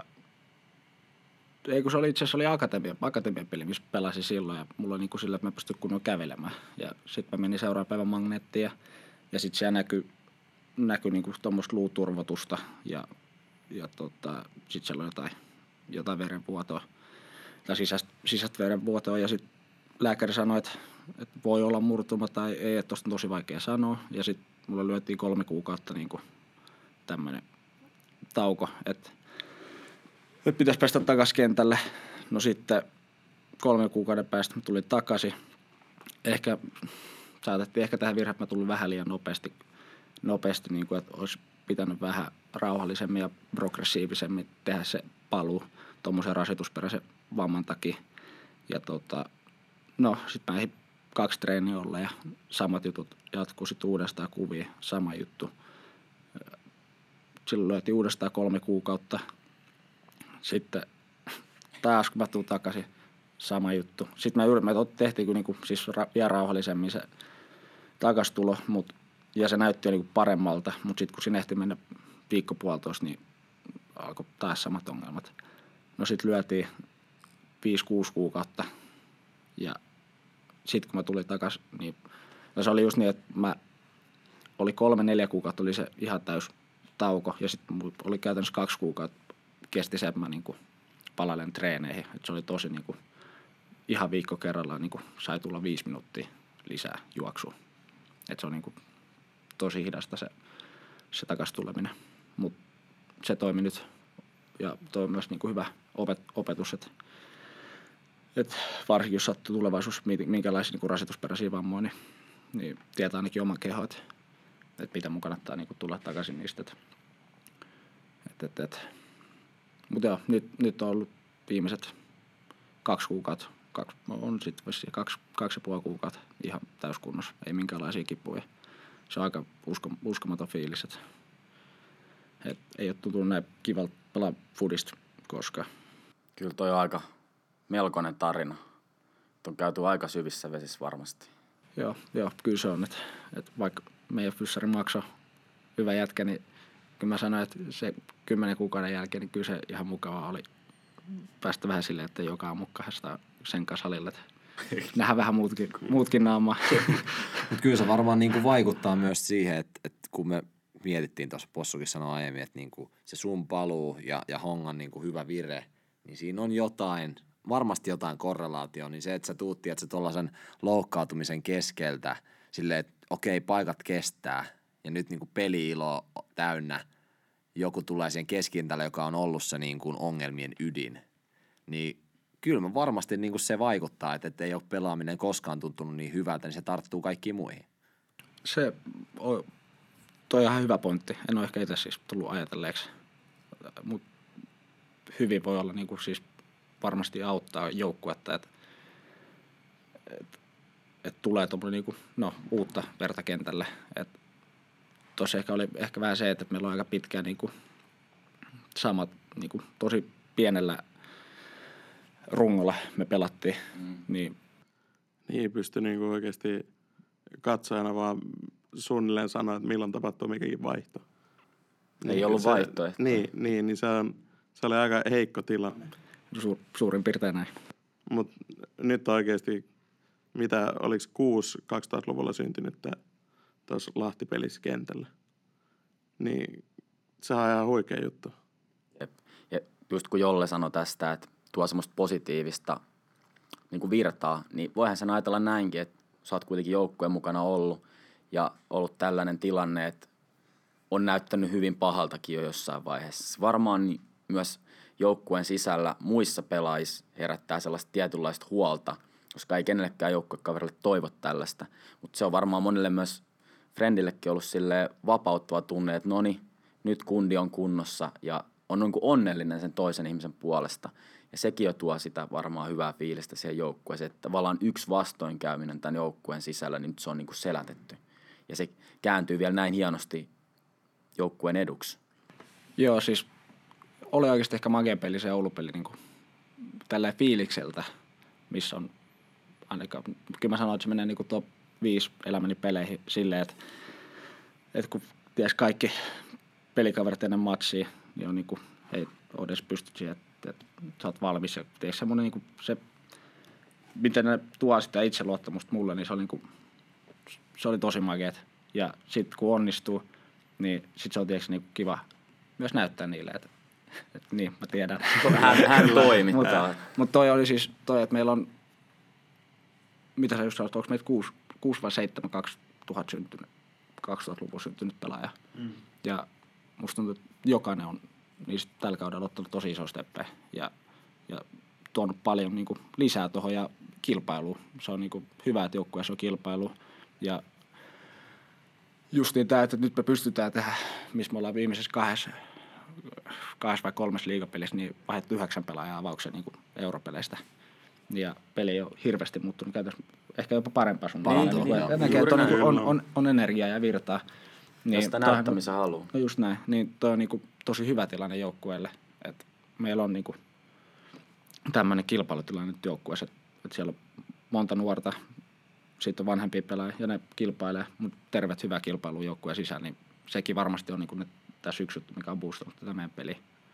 Speaker 6: ei kun se oli itse asiassa akatemian peli, missä pelasin silloin ja mulla oli niin kuin sillä, että mä pystyin kunnolla kävelemään. Ja sitten mä menin seuraavan päivän magneettiin ja sitten siellä näkyi niin kuin tuommoista luuturvotusta ja sitten siellä oli jotain verenvuotoa tai sisäistä verenvuotoa ja sitten lääkäri sanoi, että voi olla murtuma tai ei, että tosta on tosi vaikea sanoa ja sitten mulla lyötiin 3 kuukautta niin kuin tämmöinen tauko, että pitäisi päästä takaisin kentälle. No sitten 3 kuukauden päästä mä tulin takaisin. Saatettiin ehkä tähän virhe, että mä tulin vähän liian nopeasti niin kuin, että olisi pitänyt vähän rauhallisemmin ja progressiivisemmin tehdä se paluu tuommoisen rasitusperäisen vamman takia. Ja sitten mä 2 treeniä olla ja samat jutut jatkuu sitten uudestaan kuviin, sama juttu. Silloin lyötiin uudestaan 3 kuukautta. Sitten taas kun mä tuun takaisin, sama juttu. Sitten me tehtiin niinku, siis vielä rauhallisemmin se takastulo, ja se näytti jo niinku paremmalta, mutta sitten kun siinä ehti mennä viikko puolitoista, niin alkoi taas samat ongelmat. No sitten lyötiin 5-6 kuukautta ja sitten kun mä tulin takaisin, niin no se oli just niin, että oli 3-4 kuukautta oli se ihan täys tauko ja sitten oli käytännössä 2 kuukautta kesti se, että mä niinku palailen treeneihin. Et se oli tosi niinku, ihan viikko kerrallaan niinku, sai tulla 5 minuuttia lisää juoksua. Et se on niinku, tosi hidasta se takas tuleminen. Mut se toimi nyt ja toi myös niinku hyvä opetus, että varsinkin jos sattuu tulevaisuus minkälaisia niinku rasitusperäisiä vammoja, niin tietää ainakin oman kehon, että mitä mun kannattaa niinku tulla takaisin niistä. Mutta joo, nyt on ollut viimeiset 2 kuukautta, on sitten 2,5 kuukautta ihan täyskunnossa, ei minkäänlaisia kipuja. Se on aika uskomaton fiilis, että ei ole tuntunut näin kivalta pelaa fudista koskaan.
Speaker 3: Kyllä toi on aika melkoinen tarina. On käyty aika syvissä vesissä varmasti.
Speaker 6: Joo, kyllä se on, että vaikka meidän fyssari maksoi hyvä jätkä, niin kyllä mä sanoin, että se 10 kuukauden jälkeen, niin kyllä se ihan mukavaa oli päästä vähän silleen, että joka aamu kahdestaan sen kanssa salille. Nähdään vähän muutkin naamaa.
Speaker 1: Mutta kyllä se varmaan niinku vaikuttaa myös siihen, että kun me mietittiin tuossa, Possukin sanoi aiemmin, että niinku se sun paluu ja hongan niinku hyvä vire, niin siinä on varmasti jotain korrelaatioa, niin se, että sä tuutti, että sä tuollaisen loukkaantumisen keskeltä silleen, että okei, paikat kestää ja nyt niinku peli-ilo täynnä, joku tulee siihen keskikentälle, joka on ollut se niinku ongelmien ydin, niin kyllä mä varmasti niinku se vaikuttaa, että ei ole pelaaminen koskaan tuntunut niin hyvältä, niin se tarttuu kaikkiin muihin.
Speaker 6: Toi on ihan hyvä pointti. En ole ehkä itse siis tullut ajatelleeksi, mutta hyvin voi olla niinku siis varmasti auttaa joukkuetta, että tulee tuommoinen niinku, uutta verta kentälle. Tuossa ehkä oli vähän se, että meillä on aika pitkään niinku samat niinku tosi pienellä rungolla me pelattiin. Niin
Speaker 4: pystyi niinku oikeasti katsojana vaan suunnilleen sanoa, että milloin tapahtuu mikäkin vaihto.
Speaker 3: Ei ollut vaihtoehtoja.
Speaker 4: Niin se oli aika heikko tilanne.
Speaker 6: Suurin piirtein näin.
Speaker 4: Mutta nyt oikeasti, oliko 6 2000-luvulla syntynyttä tuossa Lahti-pelissä kentällä, niin se on ihan huikea juttu.
Speaker 3: Ja just kun Jolle sanoi tästä, että tuo semmoista positiivista niin kuin virtaa, niin voihan sen ajatella näinkin, että sä oot kuitenkin joukkueen mukana ollut ja ollut tällainen tilanne, että on näyttänyt hyvin pahaltakin jo jossain vaiheessa. Varmaan myös joukkueen sisällä muissa pelaajissa herättää sellaista tietynlaista huolta, koska ei kenellekään joukkuekaverille toivo tällaista. Mutta se on varmaan monelle myös friendillekin ollut silleen vapauttava tunne, että noni, nyt kundi on kunnossa ja on niin kuin onnellinen sen toisen ihmisen puolesta. Ja sekin jo tuo sitä varmaan hyvää fiilistä siihen joukkueeseen, että tavallaan yksi vastoinkäyminen tämän joukkueen sisällä, niin nyt se on niin kuin selätetty. Ja se kääntyy vielä näin hienosti joukkueen eduksi.
Speaker 6: Joo, siis oli oikeasti ehkä magea-peli se Oulu-peli niin tälleen fiilikseltä, missä on ainakaan, kyllä mä sanoin, että se menee niin kuin top 5 elämäni peleihin silleen, että kun ties kaikki pelikaverit ennen matsia, niin on niin kuin, ei ole edes pysty siihen, että sä oot valmis. Ja semmoinen niin kuin se, miten ne tuo sitä itseluottamusta mulle, niin se oli, niin kuin, se oli tosi makeet. Ja sitten kun onnistuu, niin sitten se on tietysti niin kuin kiva myös näyttää niille, että niin, mä tiedän.
Speaker 3: Hän toimittaa.
Speaker 6: Mutta toi oli siis toi, että meillä on, mitä sä just sanoit, onko meitä 6 vai 7 2000-luvun syntynyt pelaaja. Ja musta tuntuu, että jokainen on niistä tällä kaudella ottanut tosi iso steppejä ja tuonut paljon niin kuin lisää tuohon ja kilpailuun. Se on niin kuin hyvä, että joukkueessa on kilpailu. Ja justiin tämä, että nyt me pystytään tehdä, missä me ollaan viimeisessä kahdessa vai 3 liigapelissä, niin vaihdettu 9 pelaajaa avauksen niin kuin europeleistä. Ja peli ei ole hirveästi muuttunut käytössä, ehkä jopa parempaa sun
Speaker 3: Parantunut,
Speaker 6: on energiaa ja virtaa.
Speaker 3: Niin, sitä näyttämisen haluaa.
Speaker 6: No just näin. Niin toi on niinku tosi hyvä tilanne joukkueelle. Et meillä on niinku tämmöinen kilpailutilanne nyt joukkueessa, että siellä on monta nuorta, sitten on vanhempia pelaajia ja ne kilpailee, mutta terveet hyvä kilpailu joukkueen sisällä, niin sekin varmasti on niinku tässä yksi juttu, mikä on boostannut tätä meidän peliä.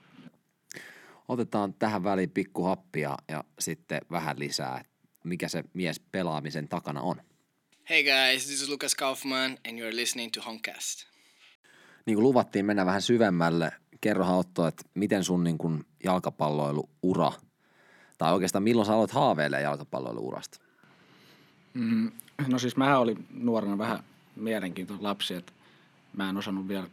Speaker 1: Otetaan tähän väliin pikku happia ja sitten vähän lisää, mikä se mies pelaamisen takana on.
Speaker 7: Hey guys, this is Lucas Kaufman and you're listening to Honcast.
Speaker 1: Niin kuin luvattiin mennä vähän syvemmälle, kerrohan Otto, että miten sun niin kuin jalkapalloiluura, tai oikeastaan milloin sä aloit haaveilemaan jalkapalloiluurasta?
Speaker 6: No siis mähän olin nuorena vähän mielenkiintoinen lapsi, että mä en osannut vielä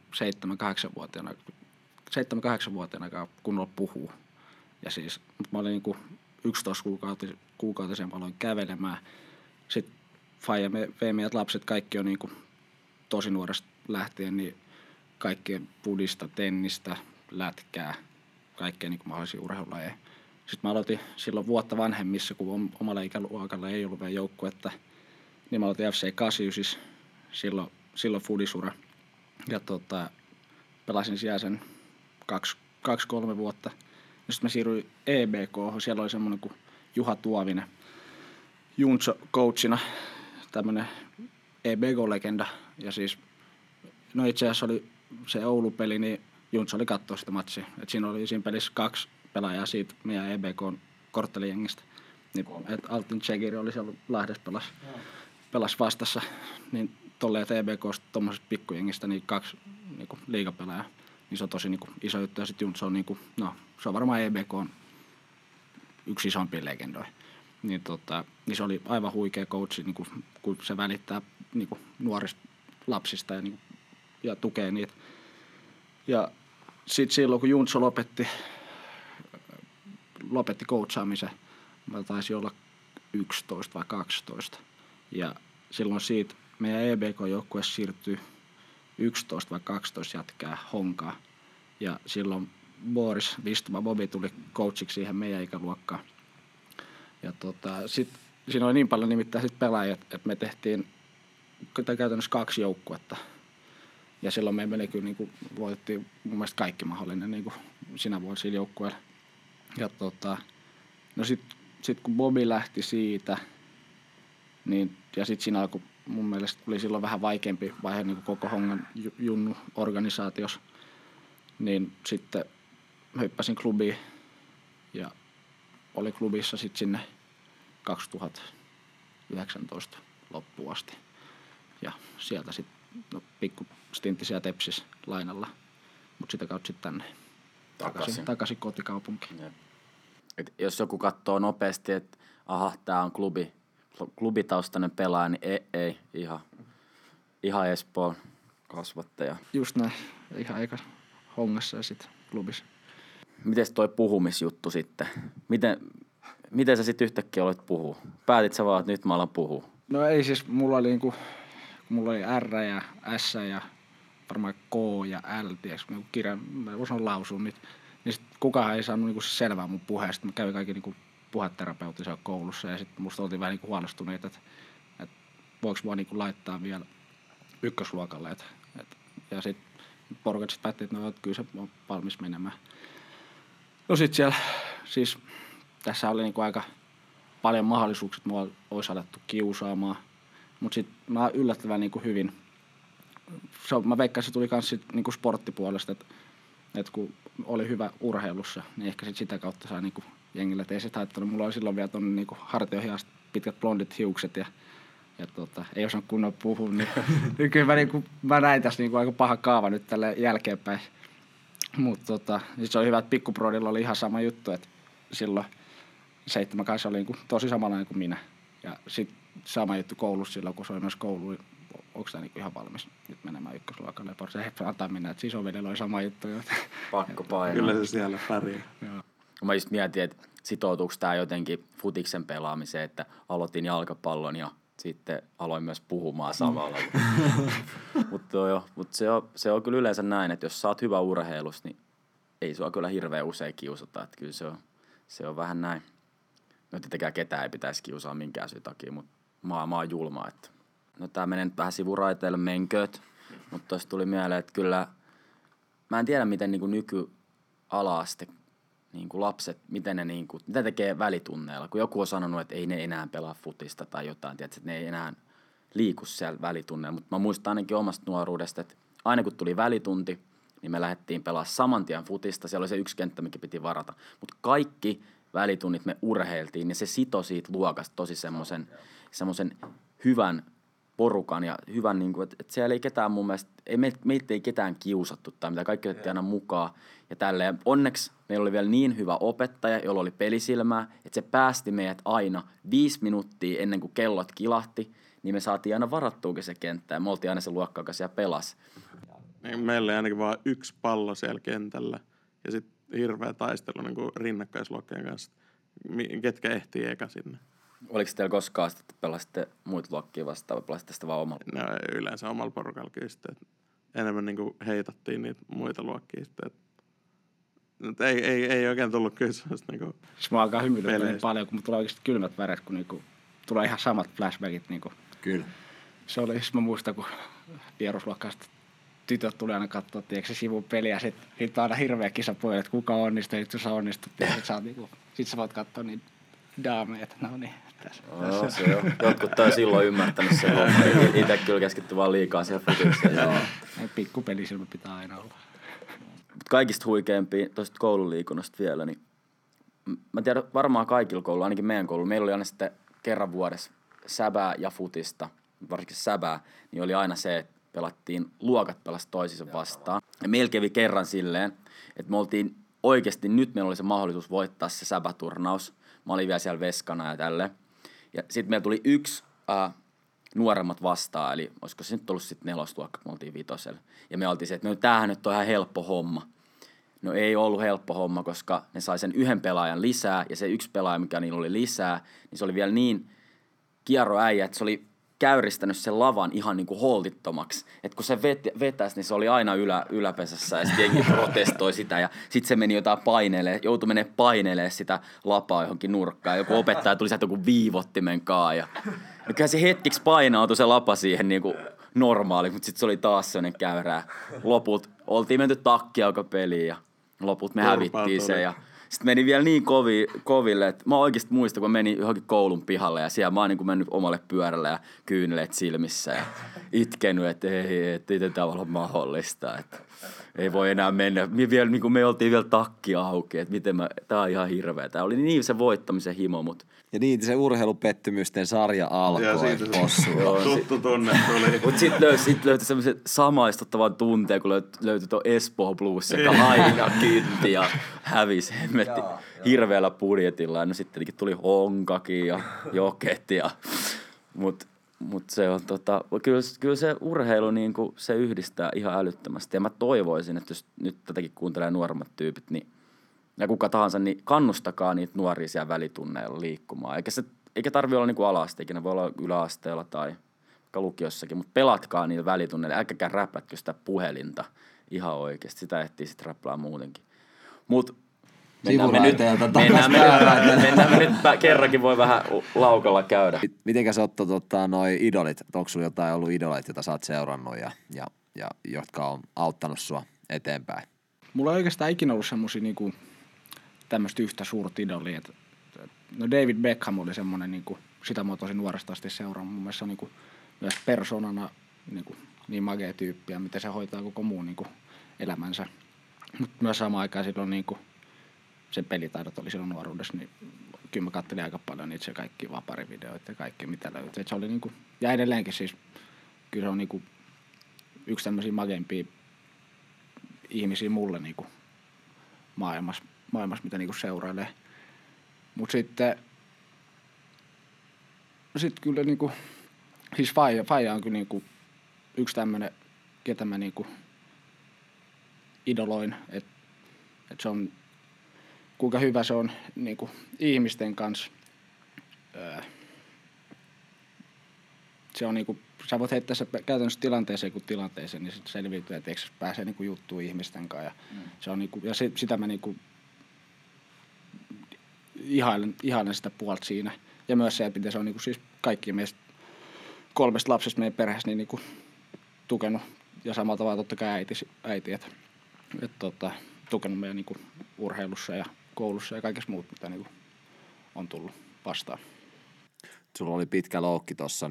Speaker 6: 7-8-vuotiaana kunnolla puhua. Ja siis mä olin niin kuin 11-kuukautisen, mä aloin kävelemään. Sitten faija vei meidät lapset, kaikki on niin kuin tosi nuoresta lähtien, niin kaikkien pudista, tennistä, lätkää, kaikkea niin kuin mahdollisia urheilulajeja. Sitten mä aloitin silloin vuotta vanhemmissa, kun omalla ikäluokalla ei ollut vielä joukkuetta, niin mä aloitin FC 89, silloin fudisura. Ja pelasin siellä sen 2-3 vuotta. Ja sitten mä siirryin EBK:hon, siellä oli semmoinen kuin Juha Tuovinen Juntso coachina, tämmöinen EBK-legenda. Ja siis, no itse asiassa oli se Oulu-peli, niin Juntso oli katsoa sitä matsia. Et siinä pelissä 2 pelaajaa siitä meidän EBK:n korttelijengistä. Niin, Altin Tsekiri oli siellä Lahdessa pelasi vastassa. Niin tolleen, että EBK:sta tommosesta pikkujengistä niin 2 niinku liigapelaajaa. Niin se on tosi niinku iso juttu. Ja sitten Juntso on niinku, no se on varmaan EBK:n yksi isompia legendoja. Niin, niin se oli aivan huikea coachi, niin kun se välittää niin nuorista lapsista ja tukee niitä. Ja sitten silloin, kun Juntso lopetti coachaamisen, mä taisin olla 11 vai 12. Ja silloin siitä meidän EBK-joukkueessa siirtyi 11 vai 12 jätkää Honkaa. Ja silloin Boris Vistuma Bobi tuli coachiksi siihen meidän ikäluokkaan. Ja sitten siinä oli niin paljon nimittäin sit pelaajia, että me tehtiin käytännössä 2 joukkuetta. Ja silloin me melkein niin voitettiin mun mielestä kaikki mahdollinen niin sinä vuonna sillä joukkueella. Ja no sit kun Bobi lähti siitä, niin, ja sitten siinä alkoi mun mielestä tuli silloin vähän vaikeampi vaihe niin koko Hongan junnu-organisaatiossa. Niin sitten hyppäsin klubiin ja oli klubissa sitten sinne 2019 loppuun asti. Ja sieltä sitten pikku stintti siellä Tepsis lainalla, mutta sitä kautta sitten tänne takaisin kotikaupunkiin.
Speaker 3: Et jos joku katsoo nopeasti, että aha, tää on klubitaustainen pelaaja, niin ei ihan Espoon kasvattaja.
Speaker 6: Just näin. ihan eka hongassa ja sitten klubissa.
Speaker 3: Mites toi puhumisjuttu sitten? Miten sä sitten yhtäkkiä olet puhua? Päätit sä vaan, että nyt mä alan puhua?
Speaker 6: No ei siis, mulla oli R ja S ja varmaan K ja L, tiiäks, kirjan, mä osaan lausua nyt. Niin sit kukaan ei saanut niinku selvää mun puheesta. Mä kävin kaikki niinku puheterapeutissa koulussa ja sitten musta oltiin vähän niinku huolestuneita, että voiko mua niinku laittaa vielä ykkösluokalle. Ja sitten porukat sit päätti, että no, kyllä se on valmis menemään. No sit siellä, siis tässä oli niinku aika paljon mahdollisuuksia, että mua olisi alettu kiusaamaan. Mutta sitten mä yllättävän niinku hyvin. Mä veikkaan, että se tuli myös niinku sporttipuolesta, että kun oli hyvä urheilussa, niin ehkä sitä kautta sai niinku jengille, että ei se taittanut. Mulla oli silloin vielä tuonne niinku hartioihin asti pitkät blondit hiukset ja ei osannut kunnolla puhua. Niin kyllä mä näin tässä niinku aika paha kaava nyt tälle jälkeenpäin. Mutta se oli hyvä, että pikkuprodilla oli ihan sama juttu, että silloin 7 kanssa oli niinku tosi samanlainen kuin minä. Ja sitten sama juttu koulussa silloin, kun se oli myös koulu, niin onko tämä niinku ihan valmis nyt menemään ykkösluokalle. Se antaa mennä, että isovedellä oli sama juttu.
Speaker 3: Pakko painaa.
Speaker 4: Kyllä se siellä pärjää.
Speaker 3: Mä just mietin, että sitoutuuko tää jotenkin futiksen pelaamiseen, että aloitin jalkapallon ja sitten aloin myös puhumaan samalla. Mutta se on kyllä yleensä näin, että jos sä oot hyvä urheilus, niin ei sua kyllä hirveän usein kiusata. Että kyllä se on vähän näin. No tietenkään ketään ei pitäisi kiusaa minkään syyn takia, mutta mä oon julma. Että. No tää menee nyt vähän sivuraiteille, menkööt. Mutta tosta tuli mieleen, että kyllä mä en tiedä miten niinku nykyala-aste niinku lapset, miten mitä tekee välitunneilla. Kun joku on sanonut, että ei ne enää pelaa futista tai jotain, tiedätkö, että ne ei enää liiku siellä välitunneilla. Mutta mä muistan ainakin omasta nuoruudesta, että aina kun tuli välitunti, niin me lähdettiin pelaamaan saman tien futista. Siellä oli se yksi kenttä, mikä piti varata. Mutta kaikki välitunnit me urheiltiin, niin se sitoi siitä luokasta tosi semmoisen hyvän porukan ja hyvän, niin kuin, että siellä ei ketään mun mielestä, meitä ei ketään kiusattu tai mitä, kaikki otettiin aina mukaan ja tälleen. Onneksi meillä oli vielä niin hyvä opettaja, jolla oli pelisilmää, että se päästi meidät aina 5 minuuttia ennen kuin kellot kilahti, niin me saatiin aina varattuukin se kenttä ja me oltiin aina se luokka, joka siellä pelasi.
Speaker 4: Meillä ei ainakin vaan 1 pallo siellä kentällä ja sitten hirveä taistelu niin kuin rinnakkaisluokkien kanssa, ketkä ehtii eka sinne.
Speaker 3: Oliko teillä koskaan, että pelasitte muita luokkia vastaan vai pelasitte sitä vaan omalla?
Speaker 4: No yleensä omalla porukalla kyllä sitten. Enemmän niin kuin heitattiin niitä muita luokkia sitten. Ei oikein tullut kyllä sellaista niin kuin
Speaker 6: siis mä alkaa hymyilyttää niin paljon, kun tulee oikeasti kylmät väret, kun niinku tulee ihan samat flashbackit. Niinku.
Speaker 1: Kyllä.
Speaker 6: Se oli, mä muistan, kun vierusluokkaista tytöt tuli aina katsoa, tiedätkö se sivun peliä, sitten on aina hirveä kisapuoli, että kuka onnistuu, ja sitten sä onnistut, niinku, sit sä voit katsoa niitä daameja, että no niin.
Speaker 3: Se on. Jotkut on silloin ymmärtänyt sen. Itse kyllä keskitty vaan liikaa siihen futikseen.
Speaker 6: Pikku pelisilmä pitää aina olla.
Speaker 3: Kaikista huikeampia tuosta koululiikunnasta vielä, niin mä tiedän varmaan kaikilla kouluilla, ainakin meidän koululla. Meillä oli aina sitten kerran vuodessa säbää ja futista, varsinkin säbää, niin oli aina se, että luokat pelasi toisiinsa vastaan. Ja meillä kävi kerran silleen, että me oltiin oikeasti, nyt meillä oli se mahdollisuus voittaa se säbäturnaus. Mä olin vielä siellä veskana ja tälleen. Ja sitten meillä tuli 1 nuoremmat vastaan, eli olisiko se nyt ollut sitten 4. luokka, kun me oltiin 5. Ja me oltiin se, että no tämähän nyt on ihan helppo homma. No ei ollut helppo homma, koska ne sai sen 1 pelaajan lisää, ja se 1 pelaaja, mikä niillä oli lisää, niin se oli vielä niin kierroäijä, että se oli käyristänyt sen lavan ihan niin kuin holtittomaksi. Että kun se vetäisi, niin se oli aina yläpesässä ja sitten jengi protestoi sitä ja sitten se meni jotain joutui menemään paineilemaan sitä lapaa johonkin nurkkaan. Joku opettaja tuli sieltä joku viivottimen kaa ja kyllä se hetkiksi painautui se lapa siihen niin kuin normaali, mutta sitten se oli taas sellainen käyrää. Loput oltiin menty takkiaukapeliin ja loput me hävittiin se ja sitten meni vielä niin koville, että mä oikeasti muistan, kun menin johonkin koulun pihalle ja siellä mä oon niin mennyt omalle pyörälle ja kyyneleet silmissä ja itkenyt, että ei tätä olla mahdollista, että ei voi enää mennä. Me oltiin vielä takki auki, että tää on ihan hirveä. Tää oli niin se voittamisen himo, mutta
Speaker 1: ja niin se urheilupettymysten sarja alkoi.
Speaker 4: Tuttu tunne tuli.
Speaker 3: Mutta sitten löytyi semmoisen samaistuttavan tunteen, kun löytyi tuo Espoo Blues, joka aina kynti ja hävisi hirveällä budjetilla. Ja no sitten tuli Honkakin ja Joket. Mutta Mut se on kyllä se urheilu niinku, se yhdistää ihan älyttömästi. Ja mä toivoisin, että jos nyt tätäkin kuuntelee nuoremmat tyypit, niin, ja kuka tahansa, niin kannustakaa niitä nuoria siellä välitunneilla liikkumaan. Eikä tarvi olla niinku ala-aste, ikinä voi olla yläasteella tai lukiossakin, mutta pelatkaa niillä välitunneilla. Älkääkään räppätkö sitä puhelinta ihan oikeasti. Sitä ehtii sit räppää muutenkin. Mut mennään me nyt kerrankin voi vähän laukalla käydä.
Speaker 1: Mitenkä sä Otto, noi idolit, onko sulla jotain ollut idolit, joita sä oot seurannut ja jotka on auttanut sua eteenpäin?
Speaker 6: Mulla ei oikeastaan ikinä ollut semmosia niinku tämmöistä yhtä suurta idolia. No David Beckham oli semmoinen, niinku, sitä mä oon tosi nuoresta asti seurannut. Mun mielestä se on niinku, myös persoonana niinku, niin magea tyyppi ja miten se hoitaa koko muun niinku, elämänsä. Mutta myös samaan aikaan silloin niinku, sen pelitaidot oli silloin nuoruudessa, niin kyllä mä kattelin aika paljon niitä se kaikki vaparivideoita ja kaikki mitä löytyi. Et se oli niinku, ja edelleenkin siis, kyllä se on niinku, yksi tämmöisiä mageimpia ihmisiä mulle niinku, maailmassa, mitä niinku seurailee. Mut sitten kyllä niinku, siis Faija on kyllä niinku yksi tämmönen, ketä mä niinku idoloin, että se on, kuinka hyvä se on niinku ihmisten kanssa. Se on niinku, sä voit heittää se käytännössä tilanteeseen kuin tilanteeseen, niin sit selviytyy, että eikö pääsee niinku juttuun ihmisten kanssa. Ja se on niinku, ja sitä mä niinku ihailen sitä puolta siinä. Ja myös se, että miten se on niinku siis kaikki meistä 3 lapsesta meidän perheessä niin niinku tukenut. Ja samalla tavalla totta kai äiti että tukenut meidän niinku urheilussa ja koulussa ja kaikessa muut, mitä niinku on tullut vastaan.
Speaker 1: Sulla oli pitkä loukki tossa,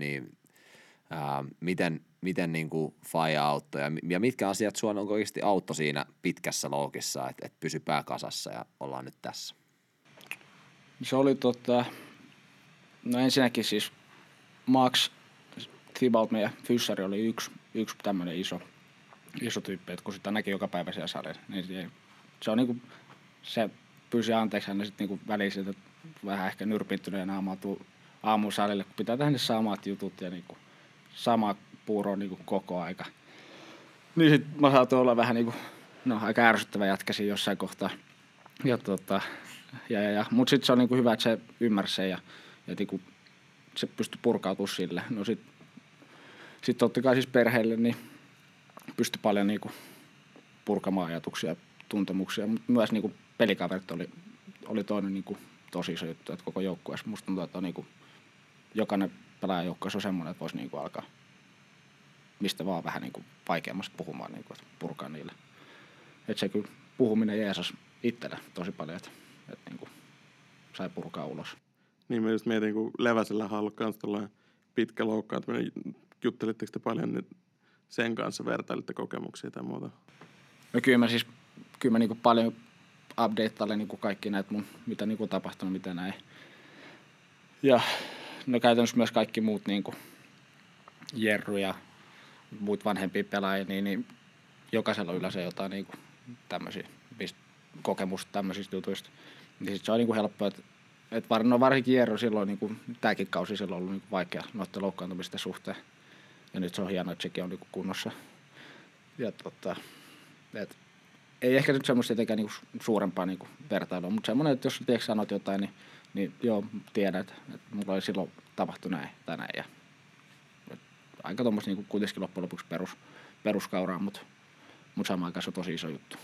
Speaker 1: miten niinku Faija auttoi ja mitkä asiat sua on oikeasti auttoi siinä pitkässä loukissa, että pysy pää kasassa ja ollaan nyt tässä?
Speaker 6: Se oli no ensinnäkin siis Max Thibault, meidän fyssari, oli yksi tämmöinen iso tyyppi, että kun sitä näki joka päivä siellä salilla, niin se on niinku, se pyysi anteeksi aina sitten niinku väliin, että vähän ehkä nyrpittyneenä aamusalille, kun pitää tehdä ne samat jutut ja niinku sama puuro niinku koko aika. Niin sit mä saatoin olla vähän niinku, no aika ärsyttävä jätkäsin jossain kohtaa. Mut sit se on niinku hyvä, että se ymmärsi sen ja niinku se pystyi purkautumaan sille. No sit totta kai siis perheelle niin pystyi paljon niinku purkamaan ajatuksia ja tuntemuksia, mutta myös niinku pelikaverit oli toinen niinku tosi iso juttu, että koko joukkueessa musta tuntuu, että on niinku jokainen pelaajajoukkueessa on semmoinen, että voisi niinku alkaa mistä vaan vähän niinku vaikeammasta puhumaan, niinku, että purkaa niille. Että se kyllä puhuminen jeesas itselle tosi paljon, että niinku sai purkaa ulos.
Speaker 4: Niin mä just mietin, kun Leväsellä on ollut kans tällainen pitkä loukkaantuminen. Juttelitteko te paljon nyt sen kanssa, vertailitte kokemuksia tai muuta?
Speaker 6: No kyllä mä niinku paljon updateilen niinku kaikki näitä mun, mitä niinku tapahtunut, mitä näin. Ja no käytännössä myös kaikki muut niinku Jerry ja muut vanhempia pelaajia, niin jokaisella on yleensä jotain niinku tämmöisiä kokemusta tämmöisistä jutuista. Niin sit se on niinku helppoa, että varsinkin Jerry silloin, niinku, tääkin kausi silloin on ollut niinku vaikea noiden loukkaantumisten suhteen. Ja nyt se on hienoa, että sekin on niinku kunnossa. Ja ei ehkä nyt semmoista jotenkaan niinku suurempaa niinku vertailua, mutta semmoinen, että jos tiedätkö sanot jotain, niin joo, tiedän, että mulla oli silloin tapahtu näin tai näin. Ja, aika tuommoista niinku kuitenkin loppujen lopuksi peruskauraa, mutta samaan aikaan se on tosi iso juttu.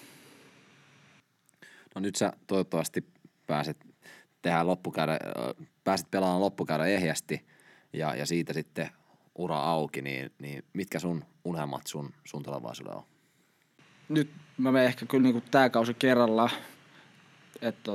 Speaker 1: No nyt sä toivottavasti pääset pelaamaan loppukäydä ehjästi ja siitä sitten ura auki, niin mitkä sun unelmat sun tulevaisuudella on?
Speaker 6: Nyt mä menen ehkä kyllä niinku tää kausi kerrallaan, että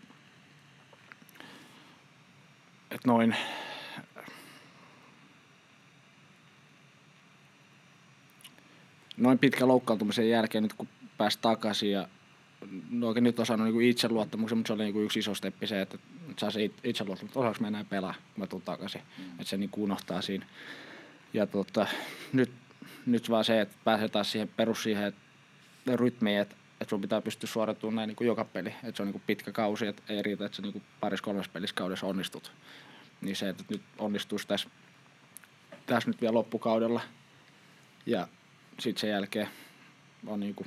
Speaker 6: noin pitkän loukkaantumisen jälkeen nyt kun pääsi takaisin ja no oikein nyt on saanut niinku itseluottamuksen, mutta se oli niinku yksi iso steppi se, että saa se itseluottamus, että osaanko mä enää pelaa, kun mä tuun takaisin, että se niinku unohtaa siinä. Ja nyt vaan se, että pääsee taas siihen rytmiin, että sun pitää pystyä suorittamaan näin niinku joka peli, että se on niinku pitkä kausi, että ei riitä, että sä niinku 2-3 pelissä kaudessa onnistut. Niin se, että nyt onnistuisi tässä tässä nyt vielä loppukaudella. Ja sitten sen jälkeen on niinku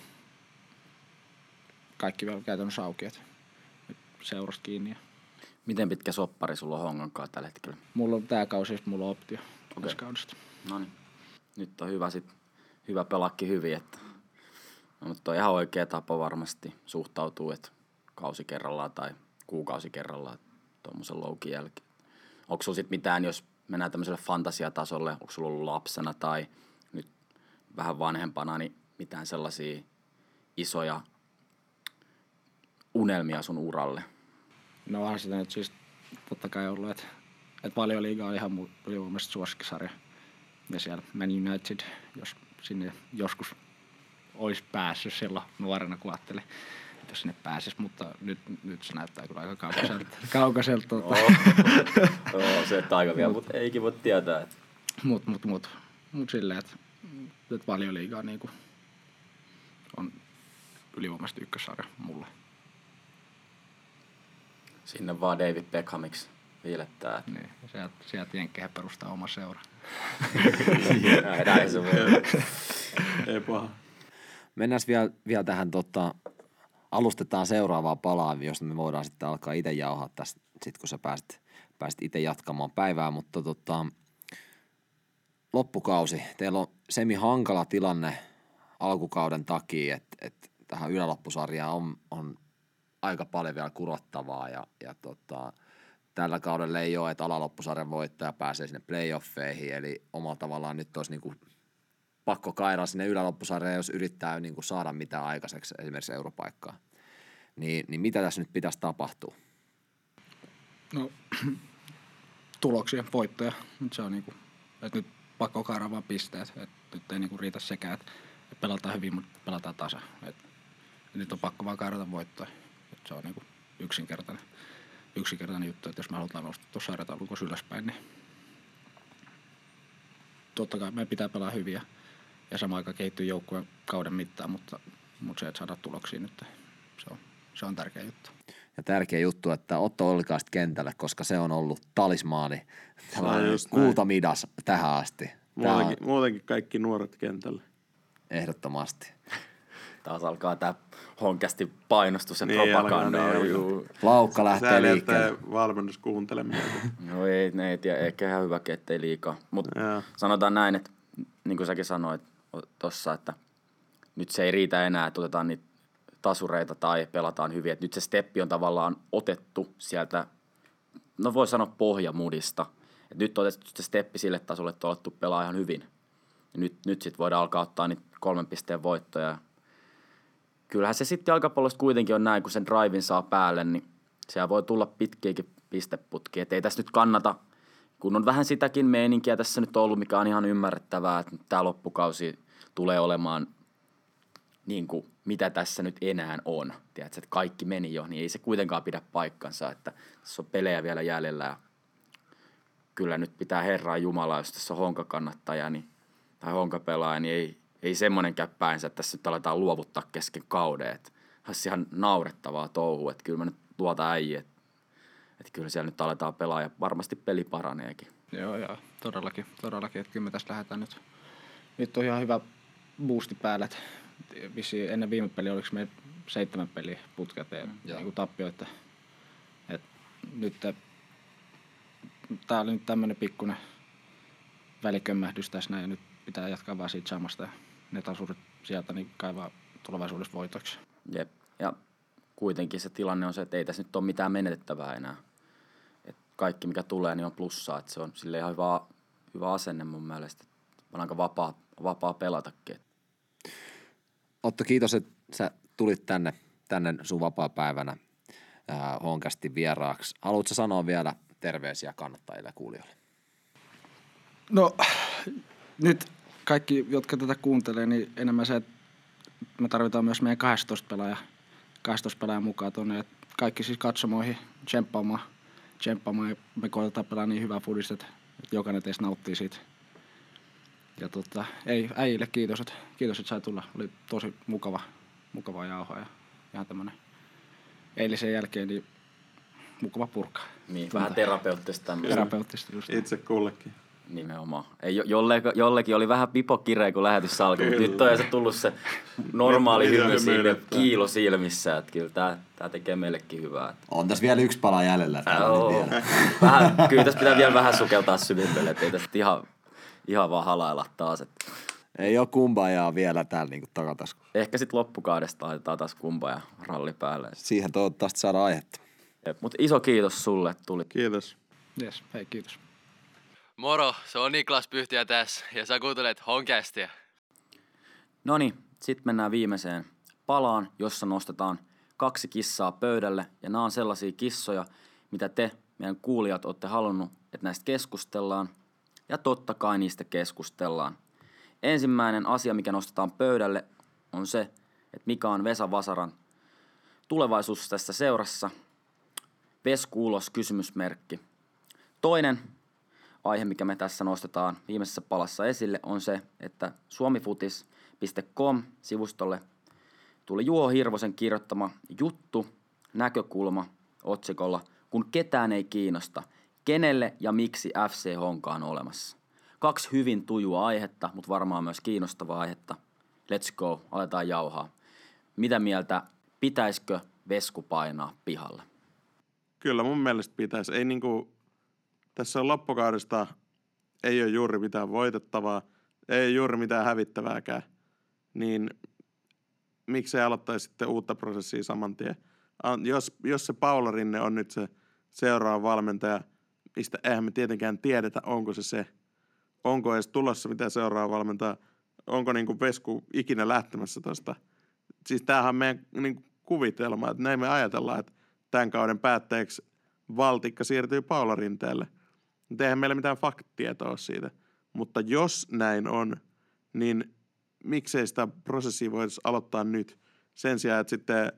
Speaker 6: kaikki vielä käytännössä auki, että seurasta kiinni. Ja
Speaker 3: Miten pitkä soppari sulla on Hongankaan tällä hetkellä?
Speaker 6: mulla on tää kausi, mulla on optio tästä kaudesta.
Speaker 3: No niin. Nyt on hyvä pelakki hyvin, että no, mutta on ihan oikea tapa varmasti suhtautuu, että kausi kerrallaan tai kuukausi kerrallaan tuommoisen loukin jälkeen. Onko sulla sitten mitään, jos mennään tämmöiselle fantasiatasolle, onko sulla ollut lapsena tai nyt vähän vanhempana, niin mitään sellaisia isoja unelmia sun uralle?
Speaker 6: No onhan sitä nyt siis totta kai ollut, että Valioliiga on ihan mun mielestä suosikkisarja. Ja siellä Man United, jos sinne joskus olisi päässyt silloin nuorena, kun ajattelin, että jos sinne pääsisi, mutta nyt se näyttää kyllä aika kaukaiselta.
Speaker 3: Joo, se aika vielä, mutta eikin voi tietää. Että
Speaker 6: Mut silleen, että Valioliiga niinku on ylivoimaisesti ykkössarja mulle.
Speaker 3: sinne vaan David Beckhamiksi viilettää.
Speaker 6: Niin, sieltä jenkkeihin perustaa oma seura.
Speaker 3: Näin se voi.
Speaker 4: Ei paha.
Speaker 1: Mennään vielä tähän, alustetaan seuraavaa palaa, josta me voidaan sitten alkaa itse jauhaa tästä, sit kun sä pääsit itse jatkamaan päivää, mutta loppukausi. Teillä on semi-hankala tilanne alkukauden takia, että tähän yläloppusarjaan on aika paljon vielä kurottavaa ja tällä kaudella ei ole, että alaloppusarjan voittaja pääsee sinne playoffeihin, eli omalla tavallaan nyt olisi niinku pakko kairaa sinne yläloppusarjaan, jos yrittää niinku saada mitään aikaiseksi, esimerkiksi europaikkaa. Niin mitä tässä nyt pitäisi tapahtua?
Speaker 6: No, tuloksia, voittoja. Nyt se on niinku, että nyt pakko kairaa vaan pisteet. Että nyt ei niinku riitä sekään, että pelataan hyvin, mutta pelataan tasa. Et nyt on pakko vaan kairata voittoja. Et se on niinku yksinkertainen juttu, että jos me halutaan nostaa tuossa sarjataulukossa ylöspäin, niin totta kai meidän pitää pelaa hyviä ja samaan aikaan kehittyy joukkueen kauden mittaan, mutta se, että saada tuloksia nyt, se on tärkeä juttu.
Speaker 1: Ja tärkeä juttu, että Otto Ollikaista kentälle, koska se on ollut talismaani, kultamidas tähän asti.
Speaker 4: Muutenkin kaikki nuoret kentälle.
Speaker 1: Ehdottomasti.
Speaker 3: Taas alkaa tää honkästi painostus ja
Speaker 4: Niin,
Speaker 3: propaganda.
Speaker 1: Laukka lähtee liikkeelle.
Speaker 4: Sä valmennus kuunteleminen.
Speaker 3: No ei tiedä, ehkä ihan hyväkin, ettei liikaa. Mutta sanotaan näin, että niin kuin säkin sanoit tossa, että nyt se ei riitä enää, että otetaan niitä tasureita tai pelataan hyvin. Että nyt se steppi on tavallaan otettu sieltä, no voi sanoa pohjamudista. Et nyt on otettu se steppi sille tasolle, että on alettu pelaa ihan hyvin. Ja nyt sitten voidaan alkaa ottaa niitä 3 pisteen voittoja. Kyllähän se sitten jalkapallosta kuitenkin on näin, kun sen drivin saa päälle, niin siellä voi tulla pitkiäkin pisteputkia. Et ei tässä nyt kannata, kun on vähän sitäkin meininkiä tässä nyt ollut, mikä on ihan ymmärrettävää, että tämä loppukausi tulee olemaan niin kuin mitä tässä nyt enää on. Tiedätkö, että kaikki meni jo, niin ei se kuitenkaan pidä paikkansa, että tässä on pelejä vielä jäljellä. Ja kyllä nyt pitää Herran Jumala, jos tässä on honkakannattaja tai honkapelaaja, niin ei semmoinen käy päänsä, että tässä nyt aletaan luovuttaa kesken kauden. Olisi ihan naurettavaa touhua, että kyllä mä nyt luotan äijä, että kyllä siellä nyt aletaan pelaa ja varmasti peli paraneekin.
Speaker 6: Joo, todellakin. Että kyllä me tässä lähdetään nyt. Nyt on ihan hyvä boosti päällä. Vissiin ennen viime peliä oliko meillä 7 peliä putketeen niin tappio, että nyt tää oli nyt tämmönen pikkuinen välikömmähdys tässä näin ja nyt pitää jatkaa vaan siitä samasta ja ne tasurit sieltä niin kaivaa tulevaisuudessa voitoksi.
Speaker 3: Jep. Ja kuitenkin se tilanne on se, että ei tässä nyt ole mitään menetettävää enää. Et kaikki mikä tulee, niin on plussaa. Et se on sille ihan hyvä asenne mun mielestä. On aika vapaa pelatakin.
Speaker 1: Otto, kiitos, että sä tulit tänne sun vapaa-päivänä Honkästi vieraaksi. Haluatko sanoa vielä terveisiä kannattajille ja kuulijoille?
Speaker 6: No nyt kaikki, jotka tätä kuuntelee, niin enemmän se, että me tarvitaan myös meidän 12 pelaajan mukaan tuonne. Että kaikki siis katsomoihin tsemppaamaan ja me koetetaan pelaa niin hyvää fudista, että jokainen teistä nauttii siitä. Ja äijille kiitos, että sai tulla. Oli tosi mukava jauhaa ja ihan tämmönen eilisen jälkeen niin mukava purkaa.
Speaker 3: Niin, vähän terapeuttista tämmöistä.
Speaker 6: Terapeuttista just.
Speaker 4: Itse kullekin.
Speaker 3: Nimenomaan. Ei, jollekin oli vähän pipokireä, kun lähetys alkoi, mutta nyt on se tullut se normaali hymy siinä, kiilo silmissä. Että kyllä tää tekee meillekin hyvää.
Speaker 1: On tässä vielä yksi pala jäljellä.
Speaker 3: Kyllä tässä pitää vielä vähän sukeltaa syvimmille, ettei tästä ihan vaan halailla taas. Että.
Speaker 1: Ei ole kumbajaa vielä täällä niin takatasku.
Speaker 3: Ehkä sitten loppukaudesta laitetaan taas kumbaja ralli päälle.
Speaker 1: Siihen toivottavasti saadaan aihetta.
Speaker 3: Mutta iso kiitos sulle, että tulit.
Speaker 4: Kiitos.
Speaker 6: Yes, hei kiitos.
Speaker 8: Moro, se on Niklas Pyhtiä tässä ja sä kuuntelet Honcastia.
Speaker 3: Noniin, sitten mennään viimeiseen palaan, jossa nostetaan 2 kissaa pöydälle. Ja nämä on sellaisia kissoja, mitä te, meidän kuulijat, olette halunnut, että näistä keskustellaan. Ja totta kai niistä keskustellaan. Ensimmäinen asia, mikä nostetaan pöydälle, on se, että mikä on Vesa Vasaran tulevaisuus tässä seurassa. Vesku ulos, kysymysmerkki. Toinen aihe, mikä me tässä nostetaan viimeisessä palassa esille, on se, että suomifutis.com-sivustolle tuli Juho Hirvosen kirjoittama juttu, näkökulma otsikolla, kun ketään ei kiinnosta, kenelle ja miksi FC Honka on olemassa. 2 hyvin tujua aihetta, mutta varmaan myös kiinnostavaa aihetta. Let's go, aletaan jauhaa. Mitä mieltä, pitäisikö Vesku painaa pihalle?
Speaker 4: Kyllä mun mielestä pitäisi. Ei tässä loppukaudesta ei ole juuri mitään voitettavaa, ei juuri mitään hävittävääkään, niin miksei aloittaisi sitten uutta prosessia saman tien. Jos se Paula Rinne on nyt se seuraava valmentaja, mistä eihän me tietenkään tiedetä, onko se, onko edes tulossa mitään seuraava valmentaja, onko Vesku ikinä lähtemässä tuosta. Siis tämähän on meidän kuvitelma, että näin me ajatellaan, että tämän kauden päätteeksi valtikka siirtyy Paula Rinteelle. Mutta eihän meillä mitään faktatietoa siitä. Mutta jos näin on, niin miksei sitä prosessia voisi aloittaa nyt sen sijaan, että sitten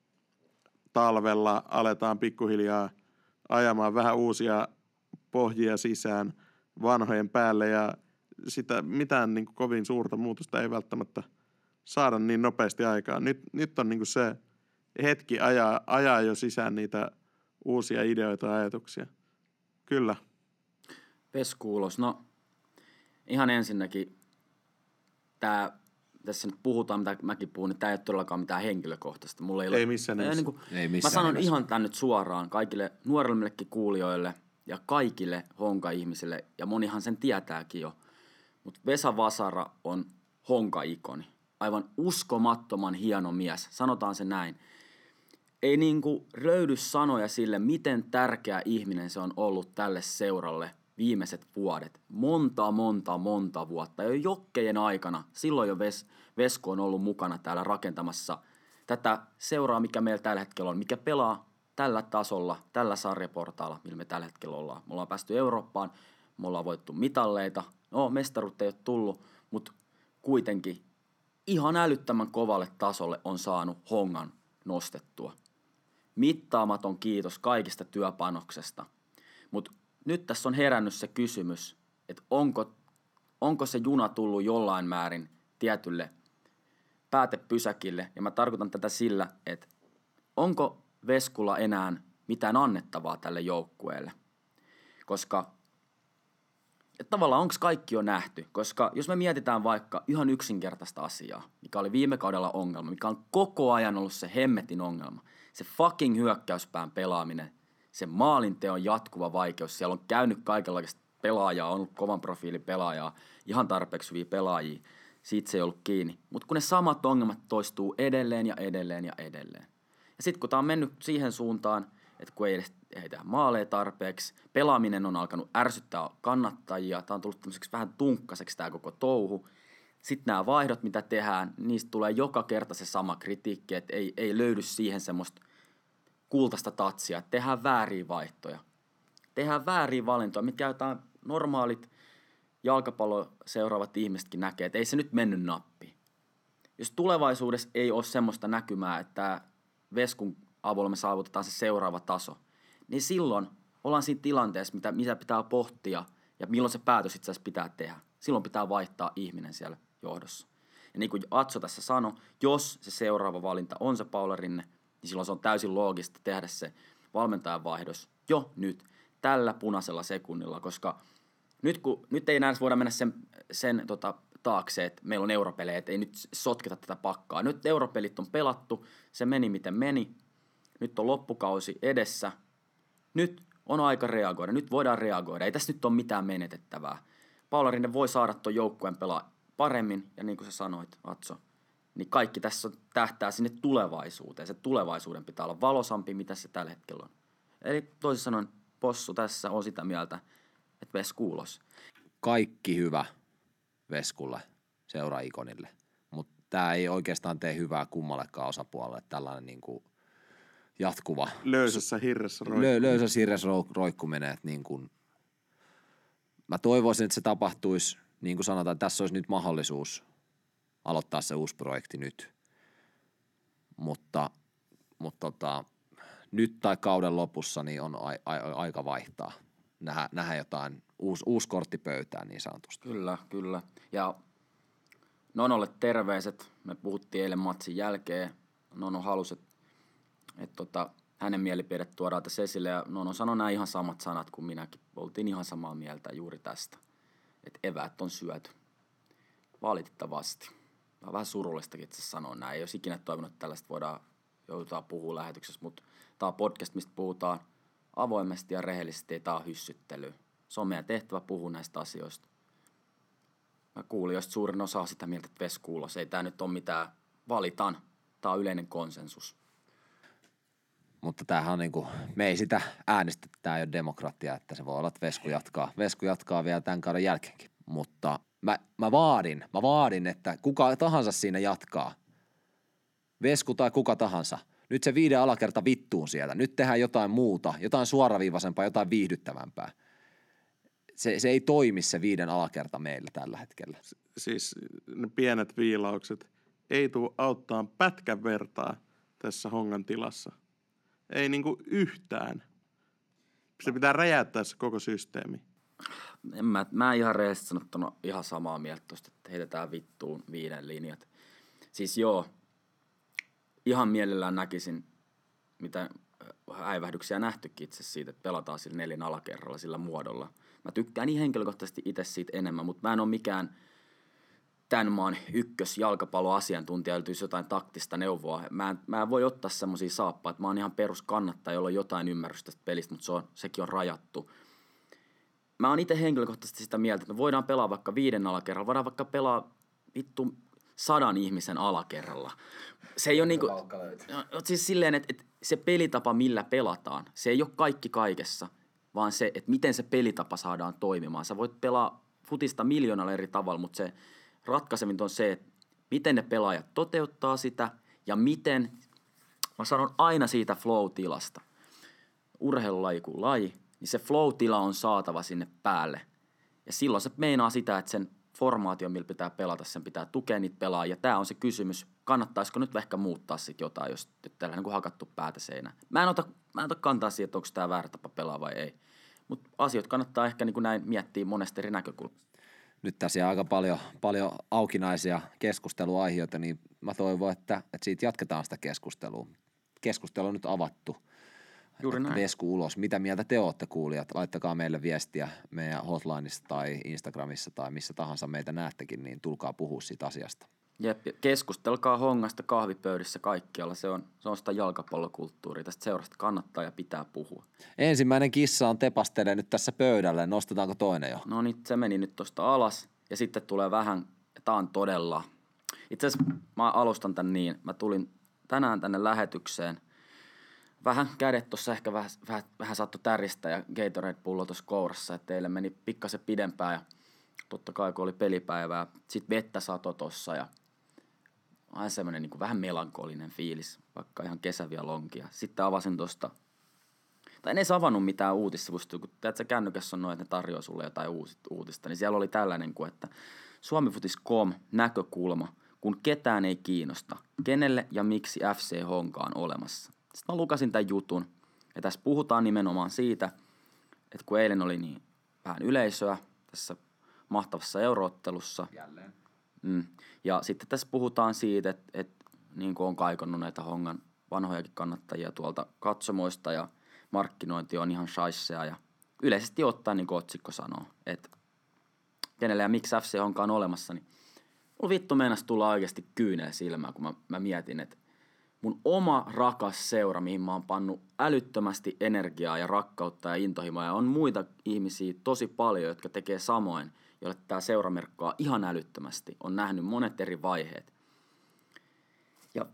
Speaker 4: talvella aletaan pikkuhiljaa ajamaan vähän uusia pohjia sisään vanhojen päälle ja sitä mitään kovin suurta muutosta ei välttämättä saada niin nopeasti aikaan. Nyt on se hetki ajaa jo sisään niitä uusia ideoita ja ajatuksia. Kyllä.
Speaker 3: Vesku ulos. No, ihan ensinnäkin tässä nyt puhutaan, mitä mäkin puhun, niin tämä ei ole todellakaan mitään henkilökohtaista. Mulla
Speaker 4: ei missään nimessä.
Speaker 3: Mä sanon ihan tän nyt suoraan kaikille nuoremmillekin kuulijoille ja kaikille Honka-ihmisille, ja monihan sen tietääkin jo. Mutta Vesa Vasara on Honka-ikoni. Aivan uskomattoman hieno mies, sanotaan se näin. Ei löydy sanoja sille, miten tärkeä ihminen se on ollut tälle seuralle viimeiset vuodet. Monta vuotta. Jo jokkejen aikana, silloin jo Vesku on ollut mukana täällä rakentamassa tätä seuraa, mikä meillä tällä hetkellä on, mikä pelaa tällä tasolla, tällä sarjaportaalla, millä me tällä hetkellä ollaan. Me ollaan päästy Eurooppaan, me ollaan voittu mitalleita, mestaruutta ei ole tullut, mutta kuitenkin ihan älyttömän kovalle tasolle on saanut Hongan nostettua. Mittaamaton kiitos kaikista työpanoksesta. Mutta nyt tässä on herännyt se kysymys, että onko se juna tullut jollain määrin tietylle päätepysäkille. Ja mä tarkoitan tätä sillä, että onko Veskulla enää mitään annettavaa tälle joukkueelle. Koska tavallaan onko kaikki jo nähty? Koska jos me mietitään vaikka ihan yksinkertaista asiaa, mikä oli viime kaudella ongelma, mikä on koko ajan ollut se hemmetin ongelma, se fucking hyökkäyspään pelaaminen, se maalinteon jatkuva vaikeus, siellä on käynyt kaikenlaista pelaajaa, on ollut kovan profiilin pelaajaa, ihan tarpeeksi hyviä pelaajia, siitä se ei ollut kiinni. Mutta kun ne samat ongelmat toistuu edelleen ja edelleen ja edelleen. Ja sitten kun tää on mennyt siihen suuntaan, että kun ei tehdä maaleja tarpeeksi, pelaaminen on alkanut ärsyttää kannattajia, tää on tullut tämmöiseksi vähän tunkkaseksi tää koko touhu. Sitten nämä vaihdot, mitä tehdään, niistä tulee joka kerta se sama kritiikki, että ei löydy siihen semmoista kultaista tatsia, että tehdään vääriä vaihtoja. Tehdään vääriä valintoja, mitkä jotain normaalit jalkapallon seuraavat ihmisetkin näkee, että ei se nyt mennyt nappiin. Jos tulevaisuudessa ei ole semmoista näkymää, että Veskun avulla me saavutetaan se seuraava taso, niin silloin ollaan siinä tilanteessa, mitä pitää pohtia ja milloin se päätös itse asiassa pitää tehdä. Silloin pitää vaihtaa ihminen siellä johdossa. Ja niin kuin Atso tässä sanoi, jos se seuraava valinta on se Paula Rinne, niin silloin se on täysin loogista tehdä se valmentajan vaihdos jo nyt, tällä punaisella sekunnilla, koska Nyt ei enää voida mennä sen taakse, että meillä on europelejä, että ei nyt sotketa tätä pakkaa. Nyt europelit on pelattu, se meni miten meni. Nyt on loppukausi edessä. Nyt on aika reagoida, nyt voidaan reagoida. Ei tässä nyt ole mitään menetettävää. Paula Rinne voi saada tuon joukkueen pelaa paremmin, ja niin kuin sä sanoit, Atso, niin kaikki tässä tähtää sinne tulevaisuuteen. Se tulevaisuuden pitää olla valosampi, mitä se tällä hetkellä on. Eli toisin sanoen, Possu tässä on sitä mieltä, että Vesku ulos.
Speaker 1: Kaikki hyvä Veskulle, seura-ikonille, mutta tämä ei oikeastaan tee hyvää kummallekaan osapuolelle, tällainen niin kuin jatkuva.
Speaker 4: Löysässä hirressä roikkuminen.
Speaker 1: Löysässä hirressä roikkuminen, että niin kuin, mä toivoisin, että se tapahtuisi, niin kuin sanotaan, että tässä olisi nyt mahdollisuus aloittaa se uusi projekti nyt, mutta nyt tai kauden lopussa niin on aika vaihtaa, nähdä jotain uusi kortti pöytään niin sanotusti.
Speaker 3: Kyllä. Ja Nonolle terveiset. Me puhuttiin eilen matsin jälkeen. Nono halusi, että hänen mielipide tuodaan tässä esille. Ja Nono sanoi nämä ihan samat sanat kuin minäkin. Oltiin ihan samaa mieltä juuri tästä. Että eväät on syöty. Valitettavasti. Vähän surullistakin itse sanoa näin. Ei olisi ikinä toivonut, että tällaista joudutaan puhua lähetyksessä, mutta tämä on podcast, mistä puhutaan avoimesti ja rehellisesti. Ei tämä ole hyssyttely. Se on meidän tehtävä puhua näistä asioista. Mä kuulin, jos suurin osa on sitä mieltä, että Vesku ulos. Ei tämä nyt ole mitään valitan. Tämä on yleinen konsensus.
Speaker 1: Mutta tämähän on niinku, me ei sitä äänestetä, tämä ei ole demokratia, että se voi olla, että Vesku jatkaa vielä tämän kauden jälkeenkin. Mutta mä vaadin, että kuka tahansa siinä jatkaa. Vesku tai kuka tahansa. Nyt se 5 alakerta vittuun sieltä. Nyt tehdään jotain muuta, jotain suoraviivaisempaa, jotain viihdyttävämpää. Se ei toimi se 5 alakerta meillä tällä hetkellä.
Speaker 4: Siis ne pienet viilaukset ei tule auttaa pätkän vertaa tässä hongan tilassa. Ei niinku yhtään. Se pitää räjäyttää se koko systeemi.
Speaker 3: Mä ihan rehellisesti sanottuna ihan samaa mieltä tosta, että heitetään vittuun 5 linjat. Siis joo, ihan mielellään näkisin, mitä äivähdyksiä nähtykin itse siitä, että pelataan sillä 4 alakerralla sillä muodolla. Mä tykkään niin henkilökohtaisesti itse siitä enemmän, mutta mä en ole mikään tämän maan ykkösjalkapalloasiantuntija, löytyisi jotain taktista neuvoa. Mä en voi ottaa semmosia saappaa, että mä oon ihan peruskannattaja, jolla on jotain ymmärrystä tästä pelistä, mutta sekin on rajattu. Mä oon itse henkilökohtaisesti sitä mieltä, että me voidaan pelaa vaikka 5 alakerralla, voidaan vaikka pelaa vittu 100 ihmisen alakerralla. Se ei ole niinku, siis silleen, että se pelitapa, millä pelataan, se ei ole kaikki kaikessa, vaan se, että miten se pelitapa saadaan toimimaan. Sä voit pelaa futista miljoonalla eri tavalla, mutta se ratkaisevinta on se, että miten ne pelaajat toteuttaa sitä ja miten, mä sanon aina siitä flow-tilasta. Urheilulaji kuin laji, niin se flow-tila on saatava sinne päälle. Ja silloin se meinaa sitä, että sen formaatio, millä pitää pelata, sen pitää tukea niitä pelaajia. Tämä on se kysymys, kannattaisiko nyt ehkä muuttaa sitten jotain, jos tällainen kuin hakattu päätä seinään. Mä en ota kantaa siihen, että onko tämä väärä tapa pelaa vai ei. Mutta asioita kannattaa ehkä niin kuin näin miettiä monesta eri näkökulmasta.
Speaker 1: Nyt tässä on aika paljon aukinaisia keskusteluaiheita, niin mä toivon, että siitä jatketaan sitä keskustelua. Keskustelu on nyt avattu.
Speaker 3: Juuri näin.
Speaker 1: Vesku ulos. Mitä mieltä te olette, kuulijat? Laittakaa meille viestiä meidän hotlineissa tai Instagramissa tai missä tahansa meitä näettekin, niin tulkaa puhua siitä asiasta.
Speaker 3: Jep, keskustelkaa hongasta kahvipöydissä kaikkialla. Se on sitä jalkapallokulttuuria. Tästä seurasta kannattaa ja pitää puhua.
Speaker 1: Ensimmäinen kissa on tepastelee nyt tässä pöydällä. Nostetaanko toinen jo?
Speaker 3: No niin, se meni nyt tuosta alas ja sitten tulee vähän, tämä on todella. Itse asiassa mä alustan tän niin. Mä tulin tänään tänne lähetykseen. Vähän kädet tuossa ehkä vähän saattoi täristä ja Gatorade-pullo tuossa kourassa, että teille meni pikkasen pidempään ja totta kai kun oli pelipäivää, sitten vettä sato tossa ja aina semmoinen niin kuin vähän melankolinen fiilis, vaikka ihan kesäviä lonkia. Sitten avasin tosta, tai en edes avannut mitään uutissivustoa, kun teet sä kännykässä on noin, että ne tarjoaa sulle jotain uutista, niin siellä oli tällainen kuin, että suomifutis.com näkökulma, kun ketään ei kiinnosta, kenelle ja miksi FC Honka on olemassa. Sitten mä lukasin tämän jutun, ja tässä puhutaan nimenomaan siitä, että kun eilen oli niin vähän yleisöä tässä mahtavassa euroottelussa. Jälleen. Ja sitten tässä puhutaan siitä, että niin kuin on kaikonnut näitä Hongan vanhojakin kannattajia tuolta katsomoista, ja markkinointi on ihan shaisseja, ja yleisesti ottaen, niin kuin otsikko sanoo, että kenelle ja miksi FC Honka on olemassa, niin mulla vittu meinas tulla oikeasti kyynel silmään, kun mä mietin, että mun oma rakas seura, mihin mä oon pannut älyttömästi energiaa ja rakkautta ja intohimoa, ja on muita ihmisiä tosi paljon, jotka tekee samoin, joille tää seura merkkaa ihan älyttömästi, on nähnyt monet eri vaiheet. Ja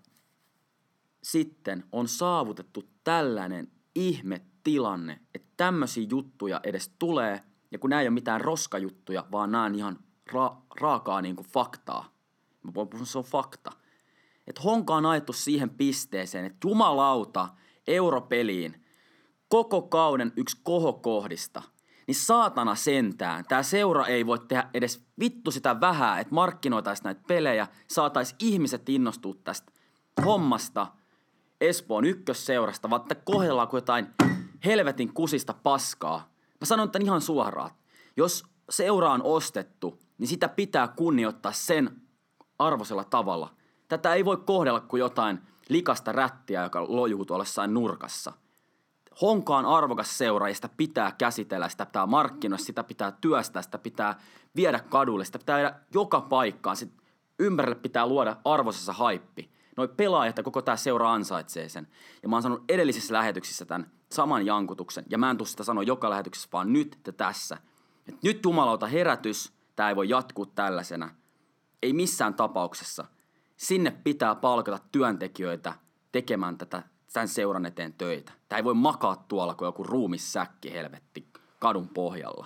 Speaker 3: sitten on saavutettu tällainen ihmetilanne, että tämmöisiä juttuja edes tulee, ja kun nämä ei ole mitään roskajuttuja, vaan nämä on ihan raakaa niin kuin faktaa. Mä voin puhua, se on fakta. Että Honka on ajettu siihen pisteeseen, että jumalauta europeliin koko kauden yksi kohokohdista, niin saatana sentään. Tää seura ei voi tehdä edes vittu sitä vähää, että markkinoitaisiin näitä pelejä, saataisiin ihmiset innostua tästä hommasta Espoon ykkösseurasta, vaan että kohdellaan kuin jotain helvetin kusista paskaa. Mä sanon tämän ihan suoraan. Jos seura on ostettu, niin sitä pitää kunnioittaa sen arvoisella tavalla. Tätä ei voi kohdella kuin jotain likasta rättiä, joka lojuu tuollaissain nurkassa. Honka on arvokas seura ja sitä pitää käsitellä, sitä pitää markkinoida, sitä pitää työstää, sitä pitää viedä kadulle, sitä pitää viedä joka paikkaan. Sitten ympärille pitää luoda arvoisessa haippi. Noi pelaajat ja koko tää seura ansaitsee sen. Ja mä oon sanonut edellisissä lähetyksissä tämän saman jankutuksen. Ja mä en tuu sitä sanoa joka lähetyksessä, vaan nyt ja tässä. Et nyt jumalauta herätys, tää ei voi jatkuu tällaisena. Ei missään tapauksessa. Sinne pitää palkata työntekijöitä tekemään tämän seuran eteen töitä. Tää ei voi makaa tuolla kuin joku ruumissäkki helvetti kadun pohjalla.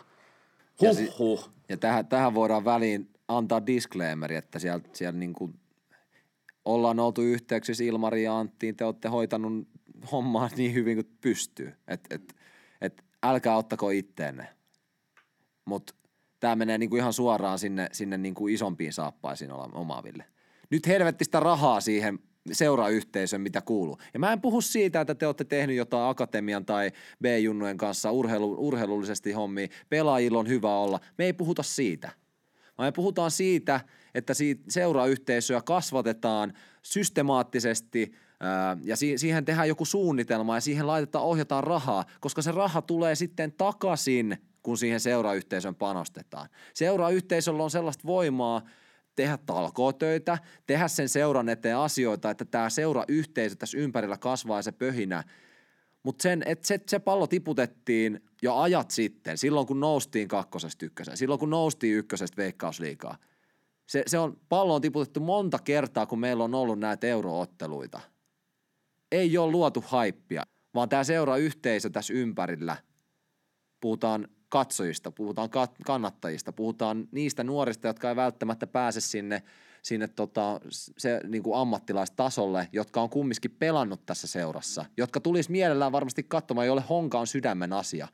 Speaker 3: Huh.
Speaker 1: Ja tähän voidaan väliin antaa disclaimeri, että siellä niinku ollaan oltu yhteyksissä Ilmari ja Anttiin, te olette hoitanut hommaa niin hyvin kuin pystyy. Et älkää ottako itteenne. Mutta tämä menee niinku ihan suoraan sinne niinku isompiin saappaisiin omaaville. Nyt helvettistä rahaa siihen seurayhteisön, mitä kuuluu. Ja mä en puhu siitä, että te olette tehnyt jotain akatemian tai B-junnujen kanssa urheilullisesti hommia. Pelaajilla on hyvä olla. Me ei puhuta siitä. Vaan me puhutaan siitä, että seurayhteisöä kasvatetaan systemaattisesti ja siihen tehdään joku suunnitelma ja siihen ohjataan rahaa, koska se raha tulee sitten takaisin, kun siihen seurayhteisön panostetaan. Seurayhteisöllä on sellaista voimaa tehdä talkootöitä, tehdä sen seuran eteen asioita, että tämä seurayhteisö tässä ympärillä kasvaa ja se pöhinä. Mutta se pallo tiputettiin jo ajat sitten, silloin kun noustiin 2.1, silloin kun noustiin 1. Veikkausliigaa. Pallo on tiputettu monta kertaa, kun meillä on ollut näitä eurootteluita. Ei ole luotu haippia, vaan tämä seurayhteisö tässä ympärillä, puhutaan katsojista, puhutaan kannattajista, puhutaan niistä nuorista, jotka ei välttämättä pääse sinne niin kuin ammattilaistasolle, jotka on kumminkin pelannut tässä seurassa, jotka tulisi mielellään varmasti katsomaan, jolle Honka on sydämen asia.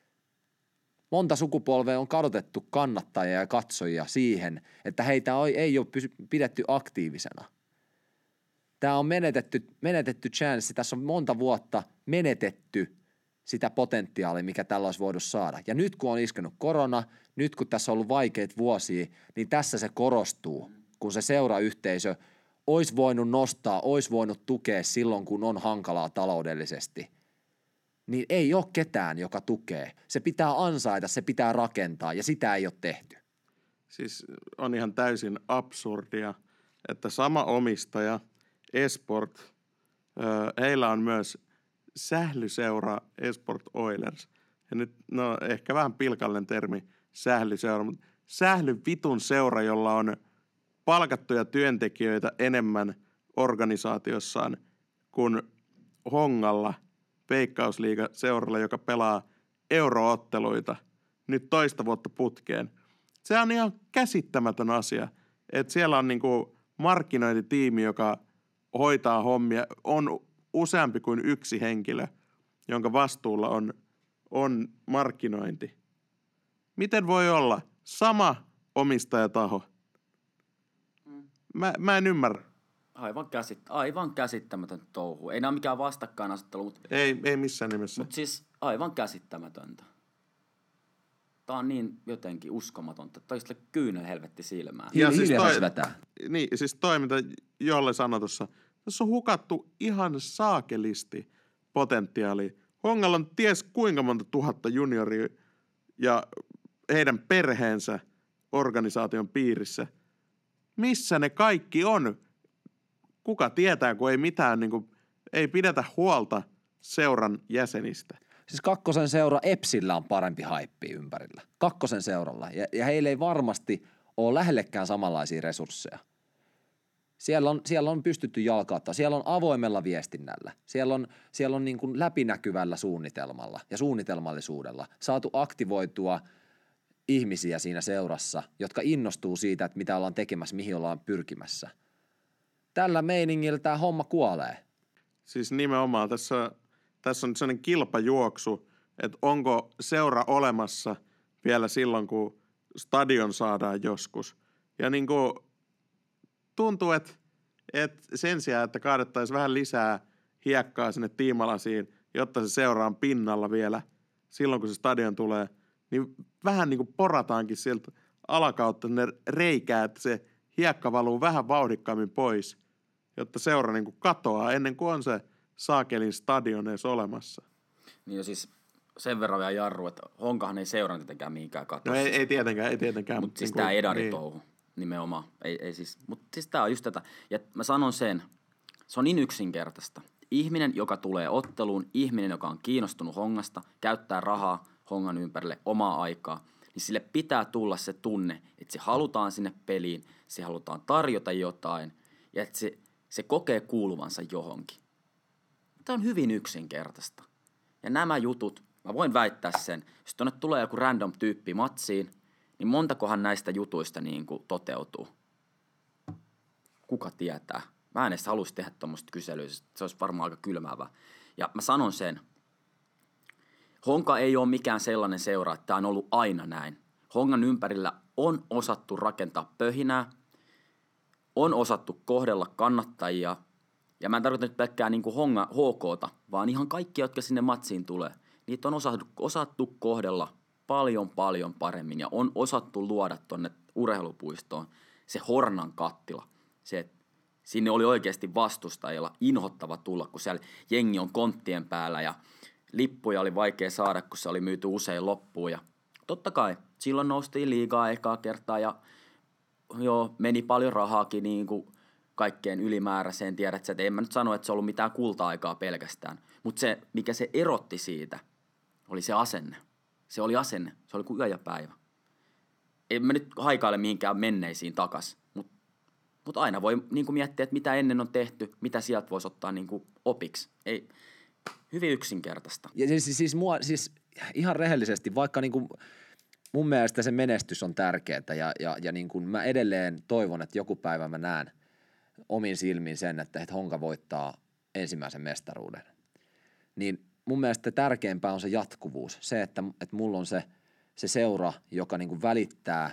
Speaker 1: Monta sukupolvea on kadotettu kannattajia ja katsojia siihen, että heitä ei ole pidetty aktiivisena. Tämä on menetetty chanssi, tässä on monta vuotta menetetty sitä potentiaalia, mikä tällä olisi voinut saada. Ja nyt kun on iskenut korona, nyt kun tässä on ollut vaikeita vuosia, niin tässä se korostuu, kun se seurayhteisö olisi voinut nostaa, olisi voinut tukea silloin, kun on hankalaa taloudellisesti. Niin ei ole ketään, joka tukee. Se pitää ansaita, se pitää rakentaa ja sitä ei ole tehty.
Speaker 4: Siis on ihan täysin absurdia, että sama omistaja, Esport, heillä on myös sählyseura Esport Oilers. Ja nyt, ehkä vähän pilkallinen termi, sählyseura, mutta sählyvitun seura, jolla on palkattuja työntekijöitä enemmän organisaatiossaan kuin Hongalla, Veikkausliiga-seuralla, joka pelaa eurootteluita nyt toista vuotta putkeen. Se on ihan käsittämätön asia, että siellä on niinku markkinointitiimi, joka hoitaa hommia, on useampi kuin yksi henkilö, jonka vastuulla on markkinointi. Miten voi olla sama omistajataho? Mä en ymmärrä.
Speaker 3: Aivan käsittämätön touhu. Ei nämä mikään vastakkainasettelu, mutta
Speaker 4: ei missään nimessä.
Speaker 3: Mutta siis aivan käsittämätöntä. Tää on niin jotenkin uskomatonta. Toi sille kyynel helvetti silmään.
Speaker 4: Ja siis toi, mitä Jolle sanoi tuossa. Tässä on hukattu ihan saakelisti potentiaalia. Hongalla on ties kuinka monta tuhatta junioria ja heidän perheensä organisaation piirissä. Missä ne kaikki on? Kuka tietää, kun ei mitään, niin kuin, ei pidetä huolta seuran jäsenistä.
Speaker 1: Siis Kakkosen seura Epsillä on parempi haippi ympärillä. Kakkosen seuralla. Ja heillä ei varmasti ole lähellekään samanlaisia resursseja. Siellä on pystytty jalkauttaa. Siellä on avoimella viestinnällä. Siellä on niin kuin läpinäkyvällä suunnitelmalla ja suunnitelmallisuudella saatu aktivoitua ihmisiä siinä seurassa, jotka innostuu siitä, että mitä ollaan tekemässä, mihin ollaan pyrkimässä. Tällä meiningillä tämä homma kuolee.
Speaker 4: Siis nimenomaan tässä on sellainen kilpajuoksu, että onko seura olemassa vielä silloin, kun stadion saadaan joskus. Ja niin kuin tuntuu, että sen sijaan, että kaadettaisiin vähän lisää hiekkaa sinne tiimalasiin, jotta se seura on pinnalla vielä silloin, kun se stadion tulee, niin vähän niin kuin porataankin sieltä alakautta sinne reikää, että se hiekka valuu vähän vauhdikkaammin pois, jotta seura niin kuin katoaa ennen kuin on se saakelin stadion edes olemassa.
Speaker 3: Niin jo siis sen verran vielä jarru, että Honkahan ei seurannut tietenkään mihinkään katossa.
Speaker 4: No ei tietenkään.
Speaker 3: Mutta siis
Speaker 4: niin
Speaker 3: tämä edaritouhu nimenomaan. Ei siis, mutta siis tämä on just tätä. Ja mä sanon sen, se on niin yksinkertaista. Ihminen, joka tulee otteluun, ihminen, joka on kiinnostunut Hongasta, käyttää rahaa Hongan ympärille omaa aikaa, niin sille pitää tulla se tunne, että se halutaan sinne peliin, se halutaan tarjota jotain ja että se kokee kuuluvansa johonkin. Tämä on hyvin yksinkertaista. Ja nämä jutut, mä voin väittää sen, jos tuonne tulee joku random tyyppi matsiin, niin montakohan näistä jutuista niin kuin toteutuu? Kuka tietää? Mä en edes haluaisi tehdä tuommoista kyselyä, se olisi varmaan aika kylmäävää. Ja mä sanon sen, Honka ei ole mikään sellainen seura, että tämä on ollut aina näin. Hongan ympärillä on osattu rakentaa pöhinää, on osattu kohdella kannattajia, ja mä en tarkoita nyt pelkkää niin kuin Honga HK:ta, vaan ihan kaikki, jotka sinne matsiin tulee. Niitä on osattu kohdella paljon paremmin ja on osattu luoda tonne urheilupuistoon se Hornan kattila. Se, että sinne oli oikeasti vastustajilla inhottava tulla, kun siellä jengi on konttien päällä ja lippuja oli vaikea saada, kun se oli myyty usein loppuun. Ja totta kai, silloin noustiin liigaa ekaa kertaa ja joo, meni paljon rahaakin niin kuin kaikkeen ylimääräiseen. Tiedät sä, että en mä nyt sano, että se on ollut mitään kulta-aikaa pelkästään. Mutta se, mikä se erotti siitä, oli se asenne. Se oli asenne. Se oli kuin yö ja päivä. En mä nyt haikaile mihinkään menneisiin takas, mutta aina voi niin kuin miettiä, että mitä ennen on tehty, mitä sieltä voisi ottaa niin kuin opiksi. Ei, hyvin yksinkertaista.
Speaker 1: Ja siis ihan rehellisesti, vaikka niin kuin mun mielestä se menestys on tärkeää ja niin kuin mä edelleen toivon, että joku päivä mä näen omin silmin sen, että Honka voittaa ensimmäisen mestaruuden. Niin mun mielestä tärkeämpää on se jatkuvuus. Se, että mulla on se seura, joka niin kuin välittää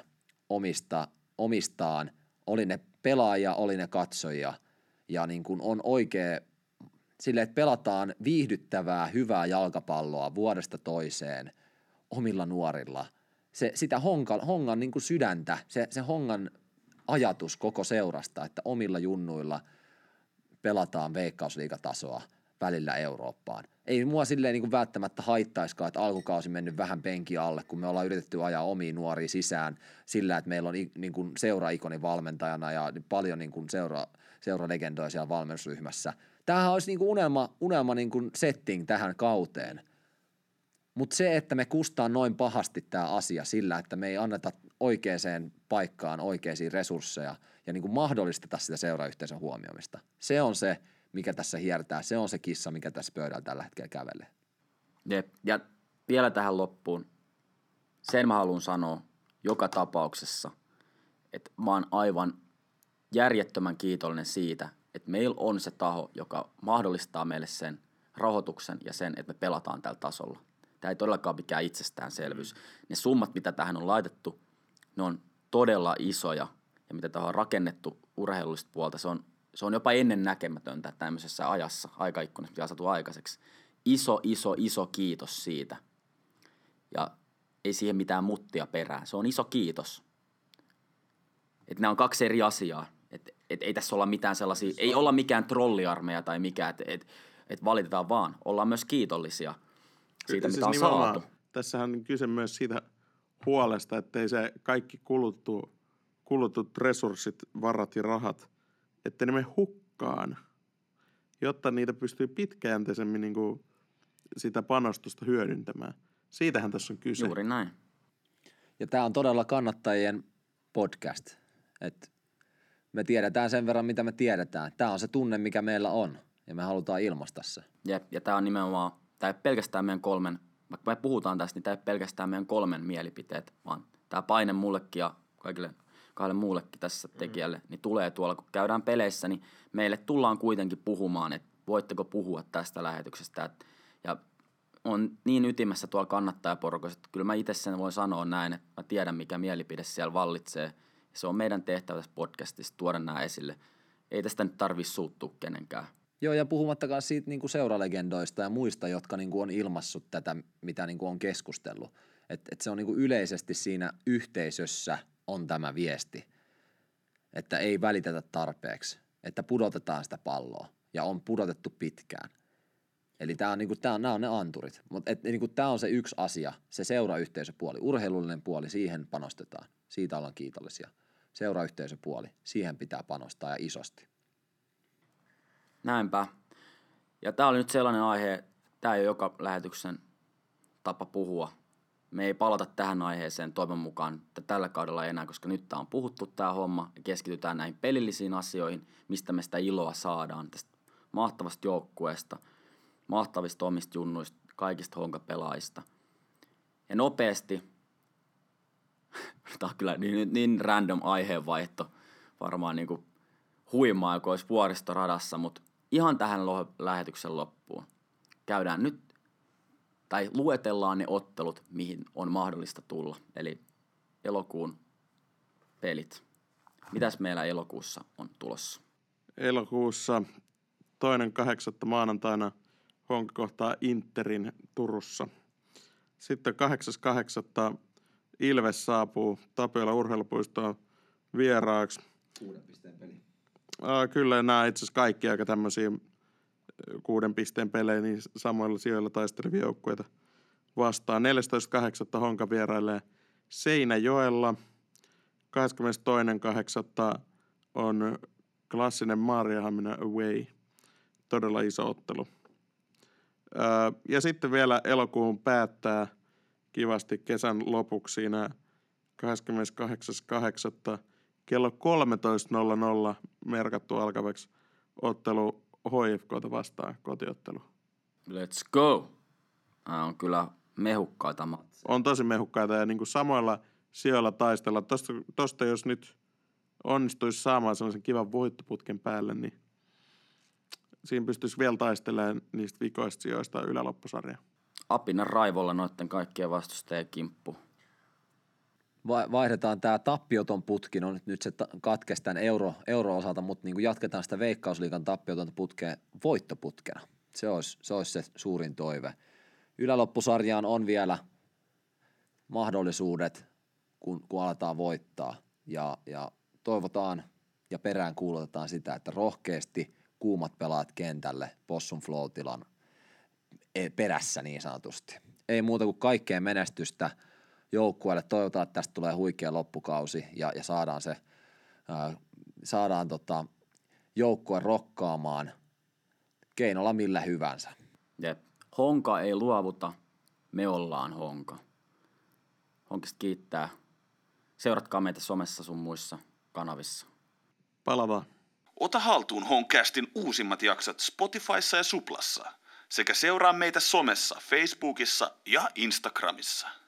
Speaker 1: omistaan, oli ne pelaajia, oli ne katsojia ja niin kuin on oikea sille, että pelataan viihdyttävää, hyvää jalkapalloa vuodesta toiseen omilla nuorilla. Sitä Hongan niin kuin sydäntä, se Hongan ajatus koko seurasta, että omilla junnuilla pelataan veikkausliigatasoa välillä Eurooppaan. Ei mua silleen niin kuin välttämättä haittaiskaan, että alkukausi mennyt vähän penki alle, kun me ollaan yritetty ajaa omia nuoria sisään sillä, että meillä on niin kuin seura-ikonin valmentajana ja paljon niin kuin seuralegendoja siellä valmennusryhmässä. Tämähän olisi niin kuin unelma niin kuin setting tähän kauteen. Mutta se, että me kustaan noin pahasti tämä asia sillä, että me ei anneta oikeaan paikkaan oikeisiin resursseja ja niin kuin mahdollisteta sitä seurayhteisön huomioimista. Se on se, mikä tässä hiertää. Se on se kissa, mikä tässä pöydällä tällä hetkellä kävelee.
Speaker 3: Jep. Ja vielä tähän loppuun. Sen mä haluan sanoa joka tapauksessa, että mä oon aivan järjettömän kiitollinen siitä, että meillä on se taho, joka mahdollistaa meille sen rahoituksen ja sen, että me pelataan tällä tasolla. Tämä ei todellakaan mikään itsestäänselvyys. Ne summat, mitä tähän on laitettu, ne on todella isoja. Ja mitä tähän on rakennettu urheilullista puolta, se on jopa ennen näkemätöntä tämmöisessä ajassa, aikaikkunassa, mitä on saatu aikaiseksi. Iso kiitos siitä. Ja ei siihen mitään muttia perään. Se on iso kiitos. Että nämä on kaksi eri asiaa. Ei tässä olla mitään sellaisia, ei olla mikään trolliarmeija tai mikään, että valitetaan vaan. Ollaan myös kiitollisia siitä,
Speaker 4: siis
Speaker 3: mitä on saatu.
Speaker 4: Tässähän on kyse myös siitä puolesta, ettei se kaikki kulutut resurssit, varat ja rahat, että ne me hukkaan, jotta niitä pystyy pitkäjänteisemmin niin kuin sitä panostusta hyödyntämään. Siitähän tässä on kyse.
Speaker 3: Juuri näin.
Speaker 1: Ja tämä on todella kannattajien podcast. Et me tiedetään sen verran, mitä me tiedetään. Tämä on se tunne, mikä meillä on, ja me halutaan ilmaista se.
Speaker 3: Jep, ja tämä on nimenomaan, tämä ei pelkästään meidän vaikka me puhutaan tästä, niin tämä ei pelkästään meidän 3 mielipiteet, vaan tämä paine mullekin ja kahdelle muullekin tässä tekijälle, niin tulee tuolla, kun käydään peleissä, niin meille tullaan kuitenkin puhumaan, että voitteko puhua tästä lähetyksestä. Ja on niin ytimessä tuolla kannattajaporukassa, että kyllä mä itse sen voin sanoa näin, että mä tiedän, mikä mielipide siellä vallitsee. Ja se on meidän tehtävä tässä podcastissa tuoda nämä esille. Ei tästä nyt tarvitse suuttua kenenkään.
Speaker 1: Joo, ja puhumattakaan siitä niin kuin seuralegendoista ja muista, jotka niin kuin on ilmassut tätä, mitä niin kuin on keskustellut. Et se on niin kuin yleisesti siinä yhteisössä on tämä viesti, että ei välitetä tarpeeksi, että pudotetaan sitä palloa, ja on pudotettu pitkään. Eli nämä on ne anturit. Mutta niin tämä on se yksi asia, se seurayhteisöpuoli, urheilullinen puoli, siihen panostetaan. Siitä ollaan kiitollisia. Seurayhteisöpuoli, siihen pitää panostaa ja isosti.
Speaker 3: Näinpä. Ja tämä oli nyt sellainen aihe, tämä ei ole joka lähetyksen tapa puhua. Me ei palata tähän aiheeseen toivon mukaan tällä kaudella enää, koska nyt tämä on puhuttu tämä homma ja keskitytään näihin pelillisiin asioihin, mistä me sitä iloa saadaan tästä mahtavasta joukkueesta, mahtavista omista junnuista, kaikista honkapelaajista. Ja nopeasti, tämä on kyllä niin random aiheenvaihto, varmaan niin kuin huimaa, kun olisi vuoristoradassa, mutta ihan tähän lähetyksen loppuun käydään nyt, tai luetellaan ne ottelut, mihin on mahdollista tulla, eli elokuun pelit. Mitäs meillä elokuussa on tulossa?
Speaker 4: Elokuussa 2.8. maanantaina Honka kohtaa Interin Turussa. Sitten 8.8. Ilves saapuu Tapiola urheilupuistoon vieraaksi.
Speaker 1: 6 pisteen peli.
Speaker 4: Kyllä nämä itse asiassa kaikki aika tämmöisiä 6 pisteen pelejä, niin samoilla sijoilla taistelevia joukkueita vastaan. 14.8. Honka vierailee Seinäjoella. 22.8. on klassinen Maarianhamina away. Todella iso ottelu. Ja sitten vielä elokuun päättää kivasti kesän lopuksi siinä 28.8. kello 13.00 merkattu alkavaksi ottelu HIFK:ta vastaan, kotiottelu.
Speaker 3: Let's go! On kyllä mehukkaita matseja.
Speaker 4: On tosi mehukkaita ja niin kuin samoilla sijoilla taistella. Tosta jos nyt onnistuisi saamaan sellaisen kivan voittoputken päälle, niin siinä pystyisi vielä taistelemaan niistä vikoista sijoista yläloppusarjaa.
Speaker 3: Apinan raivolla noitten kaikkien vastustajien kimppu.
Speaker 1: Vaihdetaan tämä tappioton putki, no nyt se katkesi tämän euro-osalta, mutta niin jatketaan sitä Veikkausliigan tappiotonta putkea voittoputkena. Se olisi se suurin toive. Yläloppusarjaan on vielä mahdollisuudet, kun aletaan voittaa, ja toivotaan ja perään kuulutetaan sitä, että rohkeasti kuumat pelaat kentälle Possun Flow-tilan perässä niin sanotusti. Ei muuta kuin kaikkea menestystä joukkueelle. Toivotaan, että tästä tulee huikea loppukausi ja saadaan joukkue rokkaamaan keinolla millä hyvänsä.
Speaker 3: Jep. Honka ei luovuta, me ollaan Honka. Honkista kiittää. Seuratkaa meitä somessa sun muissa kanavissa.
Speaker 4: Palataan.
Speaker 2: Ota haltuun Honcastin uusimmat jaksot Spotifyssa ja Suplassa sekä seuraa meitä somessa, Facebookissa ja Instagramissa.